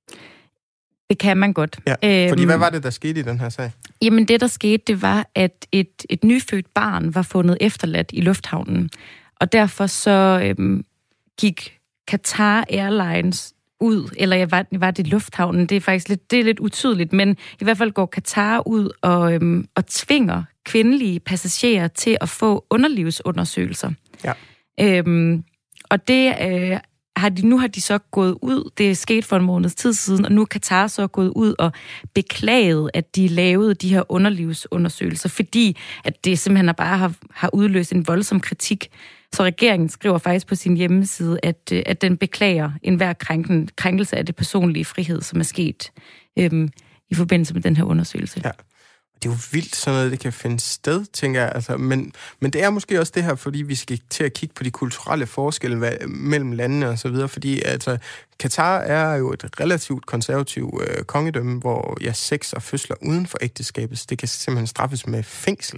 Speaker 2: Det kan man godt.
Speaker 1: Ja, fordi æm, hvad var det, der skete i den her sag?
Speaker 2: Jamen det, der skete, det var, at et, et nyfødt barn var fundet efterladt i lufthavnen. Og derfor så øhm, gik Qatar Airlines ud, eller jeg var, var det lufthavnen, det er faktisk lidt, det er lidt utydeligt, men i hvert fald går Qatar ud og, øhm, og tvinger kvindelige passagerer til at få underlivsundersøgelser.
Speaker 1: Ja.
Speaker 2: Øhm, og det øh, har de, nu har de så gået ud, det er sket for en måneds tid siden, og nu er Qatar så gået ud og beklaget, at de lavede de her underlivsundersøgelser, fordi at det simpelthen bare har, har udløst en voldsom kritik. Så regeringen skriver faktisk på sin hjemmeside, at, at den beklager enhver krænken, krænkelse af det personlige frihed, som er sket øhm, i forbindelse med den her undersøgelse.
Speaker 1: Ja. Det er jo vildt, sådan noget, det kan finde sted, tænker jeg. Altså, men, men det er måske også det her, fordi vi skal til at kigge på de kulturelle forskelle hvad, mellem landene og så videre, fordi altså, Katar er jo et relativt konservativt øh, kongedømme, hvor ja, sex og fødsler uden for ægteskabet, det kan simpelthen straffes med fængsel.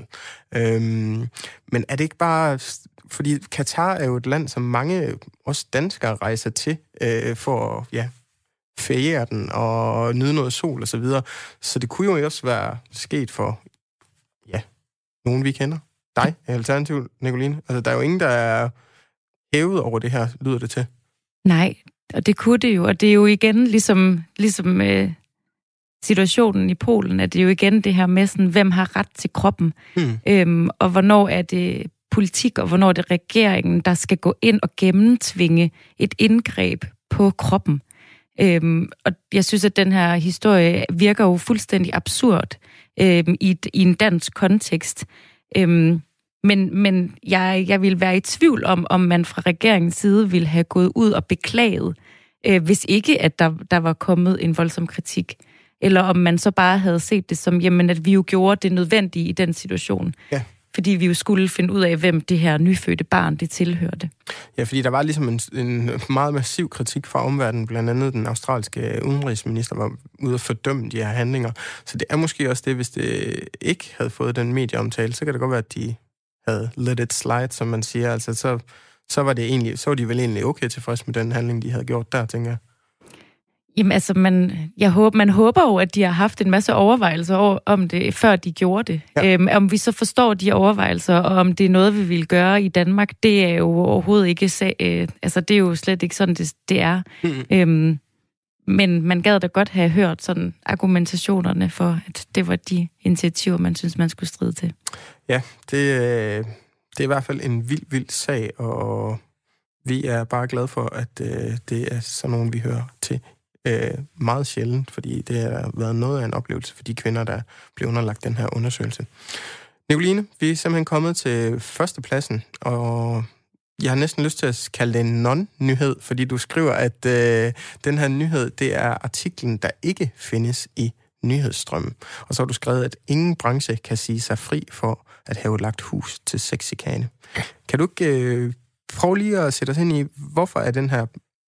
Speaker 1: Øhm, men er det ikke bare... Fordi Katar er jo et land, som mange, også danskere, rejser til øh, for at... Ja, feriere den og nyde noget sol og så videre. Så det kunne jo også være sket for, ja, nogen vi kender. Dig, Alternativ, Nicoline. Altså, der er jo ingen, der er hævet over det her, lyder det til.
Speaker 2: Nej, og det kunne det jo. Og det er jo igen, ligesom, ligesom øh, situationen i Polen, at det er jo igen det her med, sådan, hvem har ret til kroppen, hmm. øhm, og hvornår er det politik, og hvornår er det regeringen, der skal gå ind og gennemtvinge et indgreb på kroppen. Øhm, og jeg synes, at den her historie virker jo fuldstændig absurd øhm, i, i en dansk kontekst. Øhm, men men jeg, jeg vil være i tvivl om, om man fra regeringens side ville have gået ud og beklaget, øh, hvis ikke, at der, der var kommet en voldsom kritik. Eller om man så bare havde set det som, jamen, at vi jo gjorde det nødvendige i den situation. Ja. Fordi vi jo skulle finde ud af, hvem det her nyfødte barn, det tilhørte. Ja,
Speaker 1: fordi der var ligesom en, en meget massiv kritik fra omverdenen. Blandt andet den australske udenrigsminister var ude at fordømme de her handlinger. Så det er måske også det, hvis det ikke havde fået den medieomtale, så kan det godt være, at de havde let it slide, som man siger. Altså, så, så, var det egentlig, så var de vel egentlig okay tilfreds med den handling, de havde gjort der, tænker jeg.
Speaker 2: Jamen altså, man, jeg håber, man håber jo, at de har haft en masse overvejelser over, om det, før de gjorde det. Ja. Øhm, om vi så forstår de overvejelser, og om det er noget, vi vil gøre i Danmark, det er jo overhovedet ikke, øh, altså det er jo slet ikke sådan, det, det er. Mm. Øhm, men man gad da godt have hørt sådan argumentationerne for, at det var de initiativer, man synes, man skulle stride til.
Speaker 1: Ja, det, øh, det er i hvert fald en vild, vild sag, og vi er bare glade for, at øh, det er sådan nogen, vi hører til. Øh, meget sjældent, fordi det har været noget af en oplevelse for de kvinder, der blev underlagt den her undersøgelse. Nicoline, vi er simpelthen kommet til førstepladsen, og jeg har næsten lyst til at kalde det en non-nyhed, fordi du skriver, at øh, den her nyhed, det er artiklen, der ikke findes i nyhedsstrømmen. Og så har du skrevet, at ingen branche kan sige sig fri for at have lagt hus til sexchikane. Kan du ikke øh, prøve lige at sætte os ind i, hvorfor er den her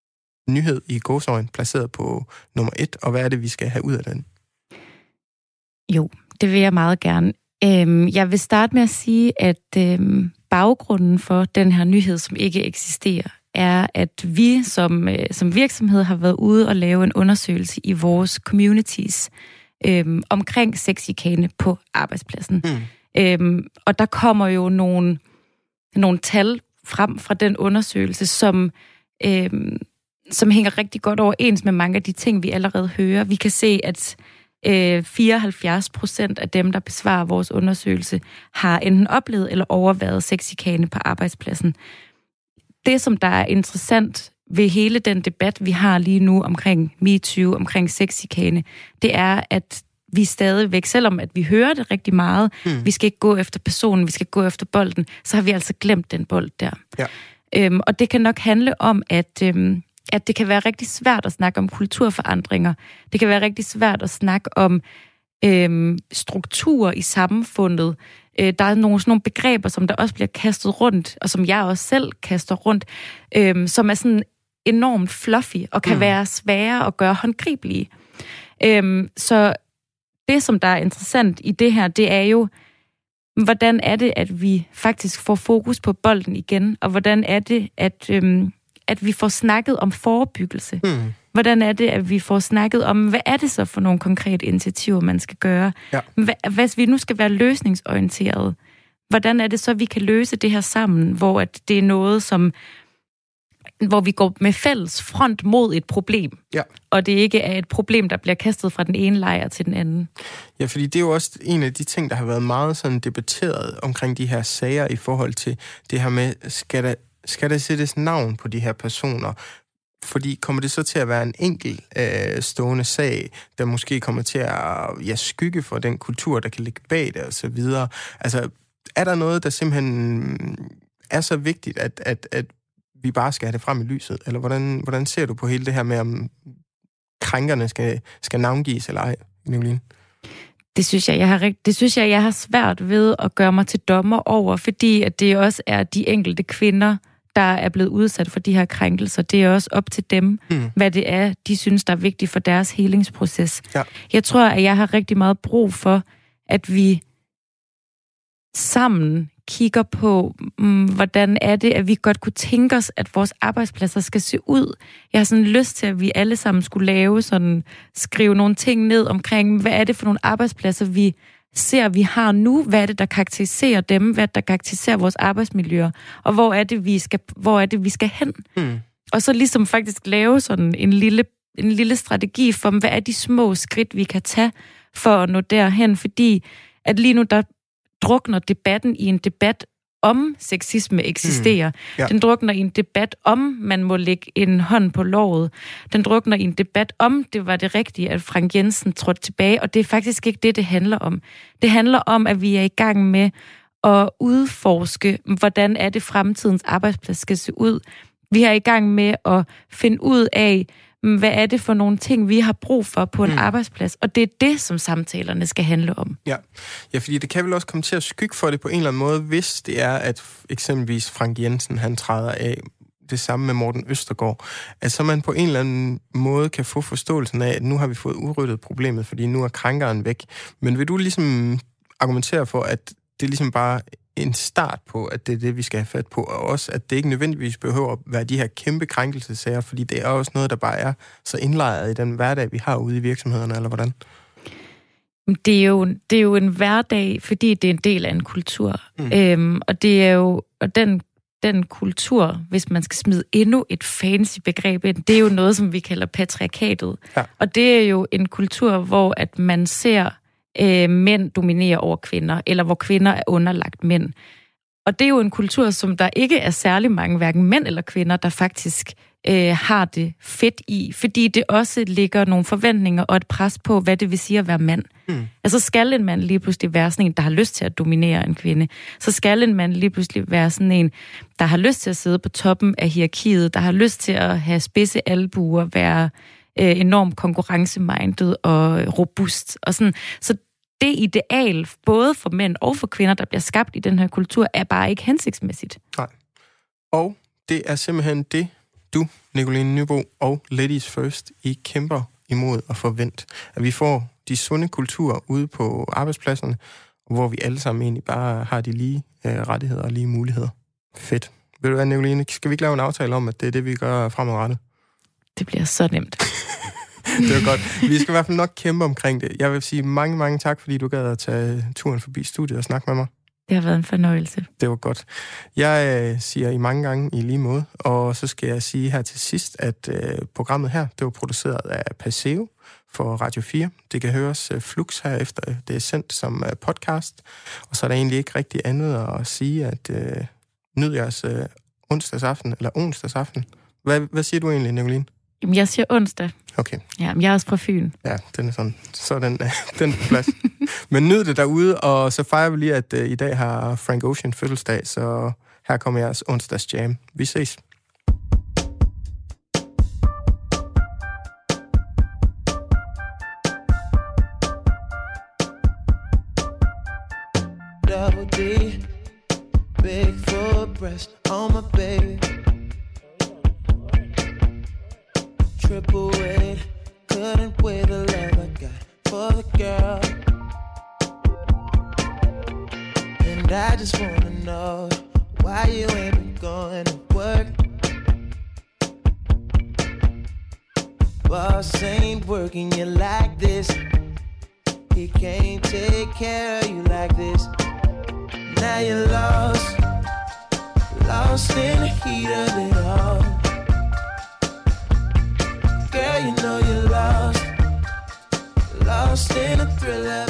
Speaker 1: nyhed i gåseøjne placeret på nummer et, og hvad er det, vi skal have ud af den?
Speaker 2: Jo, det vil jeg meget gerne. Jeg vil starte med at sige, at baggrunden for den her nyhed, som ikke eksisterer, er, at vi som, som virksomhed har været ude og lave en undersøgelse i vores communities øhm, omkring sexchikane på arbejdspladsen. Mm. Øhm, og der kommer jo nogle, nogle tal frem fra den undersøgelse, som øhm, som hænger rigtig godt overens med mange af de ting, vi allerede hører. Vi kan se, at øh, fireoghalvfjerds procent af dem, der besvarer vores undersøgelse, har enten oplevet eller overværet sexchikane på arbejdspladsen. Det, som der er interessant ved hele den debat, vi har lige nu omkring MeToo, omkring sexchikane, det er, at vi stadigvæk, selvom at vi hører det rigtig meget, mm. vi skal ikke gå efter personen, vi skal gå efter bolden, så har vi altså glemt den bold der. Ja. Øhm, og det kan nok handle om, at øhm, at det kan være rigtig svært at snakke om kulturforandringer. Det kan være rigtig svært at snakke om øh, strukturer i samfundet. Øh, der er nogle, sådan nogle begreber, som der også bliver kastet rundt, og som jeg også selv kaster rundt, øh, som er sådan enormt fluffy og kan mm. være svære at gøre håndgribelige. Øh, så det, som der er interessant i det her, det er jo, hvordan er det, at vi faktisk får fokus på bolden igen, og hvordan er det, at, øhm, at vi får snakket om forebyggelse? Mm. Hvordan er det, at vi får snakket om, hvad er det så for nogle konkrete initiativer, man skal gøre? Ja. Hva, hvis vi nu skal være løsningsorienterede, hvordan er det så, vi kan løse det her sammen, hvor at det er noget, som hvor vi går med fælles front mod et problem, ja. Og det ikke er et problem, der bliver kastet fra den ene lejr til den anden.
Speaker 1: Ja, fordi det er jo også en af de ting, der har været meget sådan debatteret omkring de her sager i forhold til det her med, skal der, skal der sættes navn på de her personer? Fordi kommer det så til at være en enkelt øh, stående sag, der måske kommer til at ja, skygge for den kultur, der kan ligge bag det og så videre? Altså, er der noget, der simpelthen er så vigtigt, at, at, at vi bare skal have det frem i lyset? Eller hvordan, hvordan ser du på hele det her med, om krænkerne skal, skal navngives eller ej, Nicoline?
Speaker 2: Det synes jeg, jeg har det synes jeg, jeg har svært ved at gøre mig til dommer over, fordi at det også er de enkelte kvinder, der er blevet udsat for de her krænkelser. Det er også op til dem, mm. hvad det er, de synes, der er vigtigt for deres helingsproces. Ja. Jeg tror, at jeg har rigtig meget brug for, at vi sammen kigger på, um, hvordan er det, at vi godt kunne tænke os, at vores arbejdspladser skal se ud. Jeg har sådan lyst til, at vi alle sammen skulle lave sådan, skrive nogle ting ned omkring, hvad er det for nogle arbejdspladser, vi ser, vi har nu, hvad er det, der karakteriserer dem, hvad er det, der karakteriserer vores arbejdsmiljøer, og hvor er det, vi skal, hvor er det, vi skal hen. Mm. Og så ligesom faktisk lave sådan en lille, en lille strategi for, hvad er de små skridt, vi kan tage for at nå derhen, fordi at lige nu, der drukner debatten i en debat om sexisme eksisterer. Mm. Ja. Den drukner i en debat om, man må lægge en hånd på låret. Den drukner i en debat om, det var det rigtige, at Frank Jensen trådte tilbage, og det er faktisk ikke det, det handler om. Det handler om, at vi er i gang med at udforske, hvordan er det fremtidens arbejdsplads skal se ud. Vi er i gang med at finde ud af, hvad er det for nogle ting, vi har brug for på en mm. arbejdsplads? Og det er det, som samtalerne skal handle om.
Speaker 1: Ja. ja, fordi det kan vel også komme til at skygge for det på en eller anden måde, hvis det er, at eksempelvis Frank Jensen, han træder af, det samme med Morten Østergaard, at så man på en eller anden måde kan få forståelsen af, at nu har vi fået udryddet problemet, fordi nu er krænkeren væk. Men vil du ligesom argumentere for, at det ligesom bare en start på, at det er det, vi skal have fat på, og også, at det ikke nødvendigvis behøver at være de her kæmpe krænkelsesager, fordi det er også noget, der bare er så indlejret i den hverdag, vi har ude i virksomhederne, eller hvordan?
Speaker 2: Det er jo, det er jo en hverdag, fordi det er en del af en kultur. Mm. Øhm, og det er jo, og den, den kultur, hvis man skal smide endnu et fancy begreb ind, det er jo noget, som vi kalder patriarkatet. Ja. Og det er jo en kultur, hvor at man ser øh, mænd dominere over kvinder, eller hvor kvinder er underlagt mænd. Og det er jo en kultur, som der ikke er særlig mange, hverken mænd eller kvinder, der faktisk øh, har det fedt i, fordi det også ligger nogle forventninger og et pres på, hvad det vil sige at være mand. Mm. Altså skal en mand lige pludselig være sådan en, der har lyst til at dominere en kvinde. Så skal en mand lige pludselig være sådan en, der har lyst til at sidde på toppen af hierarkiet, der har lyst til at have spidse albuer, være øh, enormt konkurrencemindet og robust. Og sådan. Så det ideal, både for mænd og for kvinder, der bliver skabt i den her kultur, er bare ikke hensigtsmæssigt.
Speaker 1: Nej. Og det er simpelthen det, du, Nicoline Nybo og Ladies First, I kæmper imod at forvente. At vi får de sunde kulturer ude på arbejdspladserne, hvor vi alle sammen egentlig bare har de lige øh, rettigheder og lige muligheder. Fedt. Ved du hvad, Nicoline, skal vi ikke lave en aftale om, at det er det, vi gør fremadrettet?
Speaker 2: Det bliver så nemt.
Speaker 1: Det var godt. Vi skal i hvert fald nok kæmpe omkring det. Jeg vil sige mange, mange tak, fordi du gad at tage turen forbi studiet og snakke med mig.
Speaker 2: Det har været en fornøjelse.
Speaker 1: Det var godt. Jeg øh, siger I mange gange i lige måde, og så skal jeg sige her til sidst, at øh, programmet her, det var produceret af Paseo for Radio fire. Det kan høres øh, flux her efter det er sendt som øh, podcast, og så er der egentlig ikke rigtig andet at sige, at øh, nyd jeres øh, onsdagsaften, eller onsdagsaften. Hvad, hvad siger du egentlig, Nicoline?
Speaker 2: Jamen, jeg siger onsdag.
Speaker 1: Okay.
Speaker 2: Ja, men jeg er også fra Fyn.
Speaker 1: Ja, den er sådan. Så er den, den på plads. Men nyd det derude, og så fejrer vi lige, at uh, i dag har Frank Ocean fødselsdag, så her kommer jeres onsdags jam. Vi ses.
Speaker 3: baby. Triple weight, couldn't weigh the love I got for the girl. And I just wanna know why you ain't been going to work. Boss ain't working you like this. He can't take care of you like this. Now you're lost, lost in the heat of it all. Girl, you know you're lost, lost in the thrill of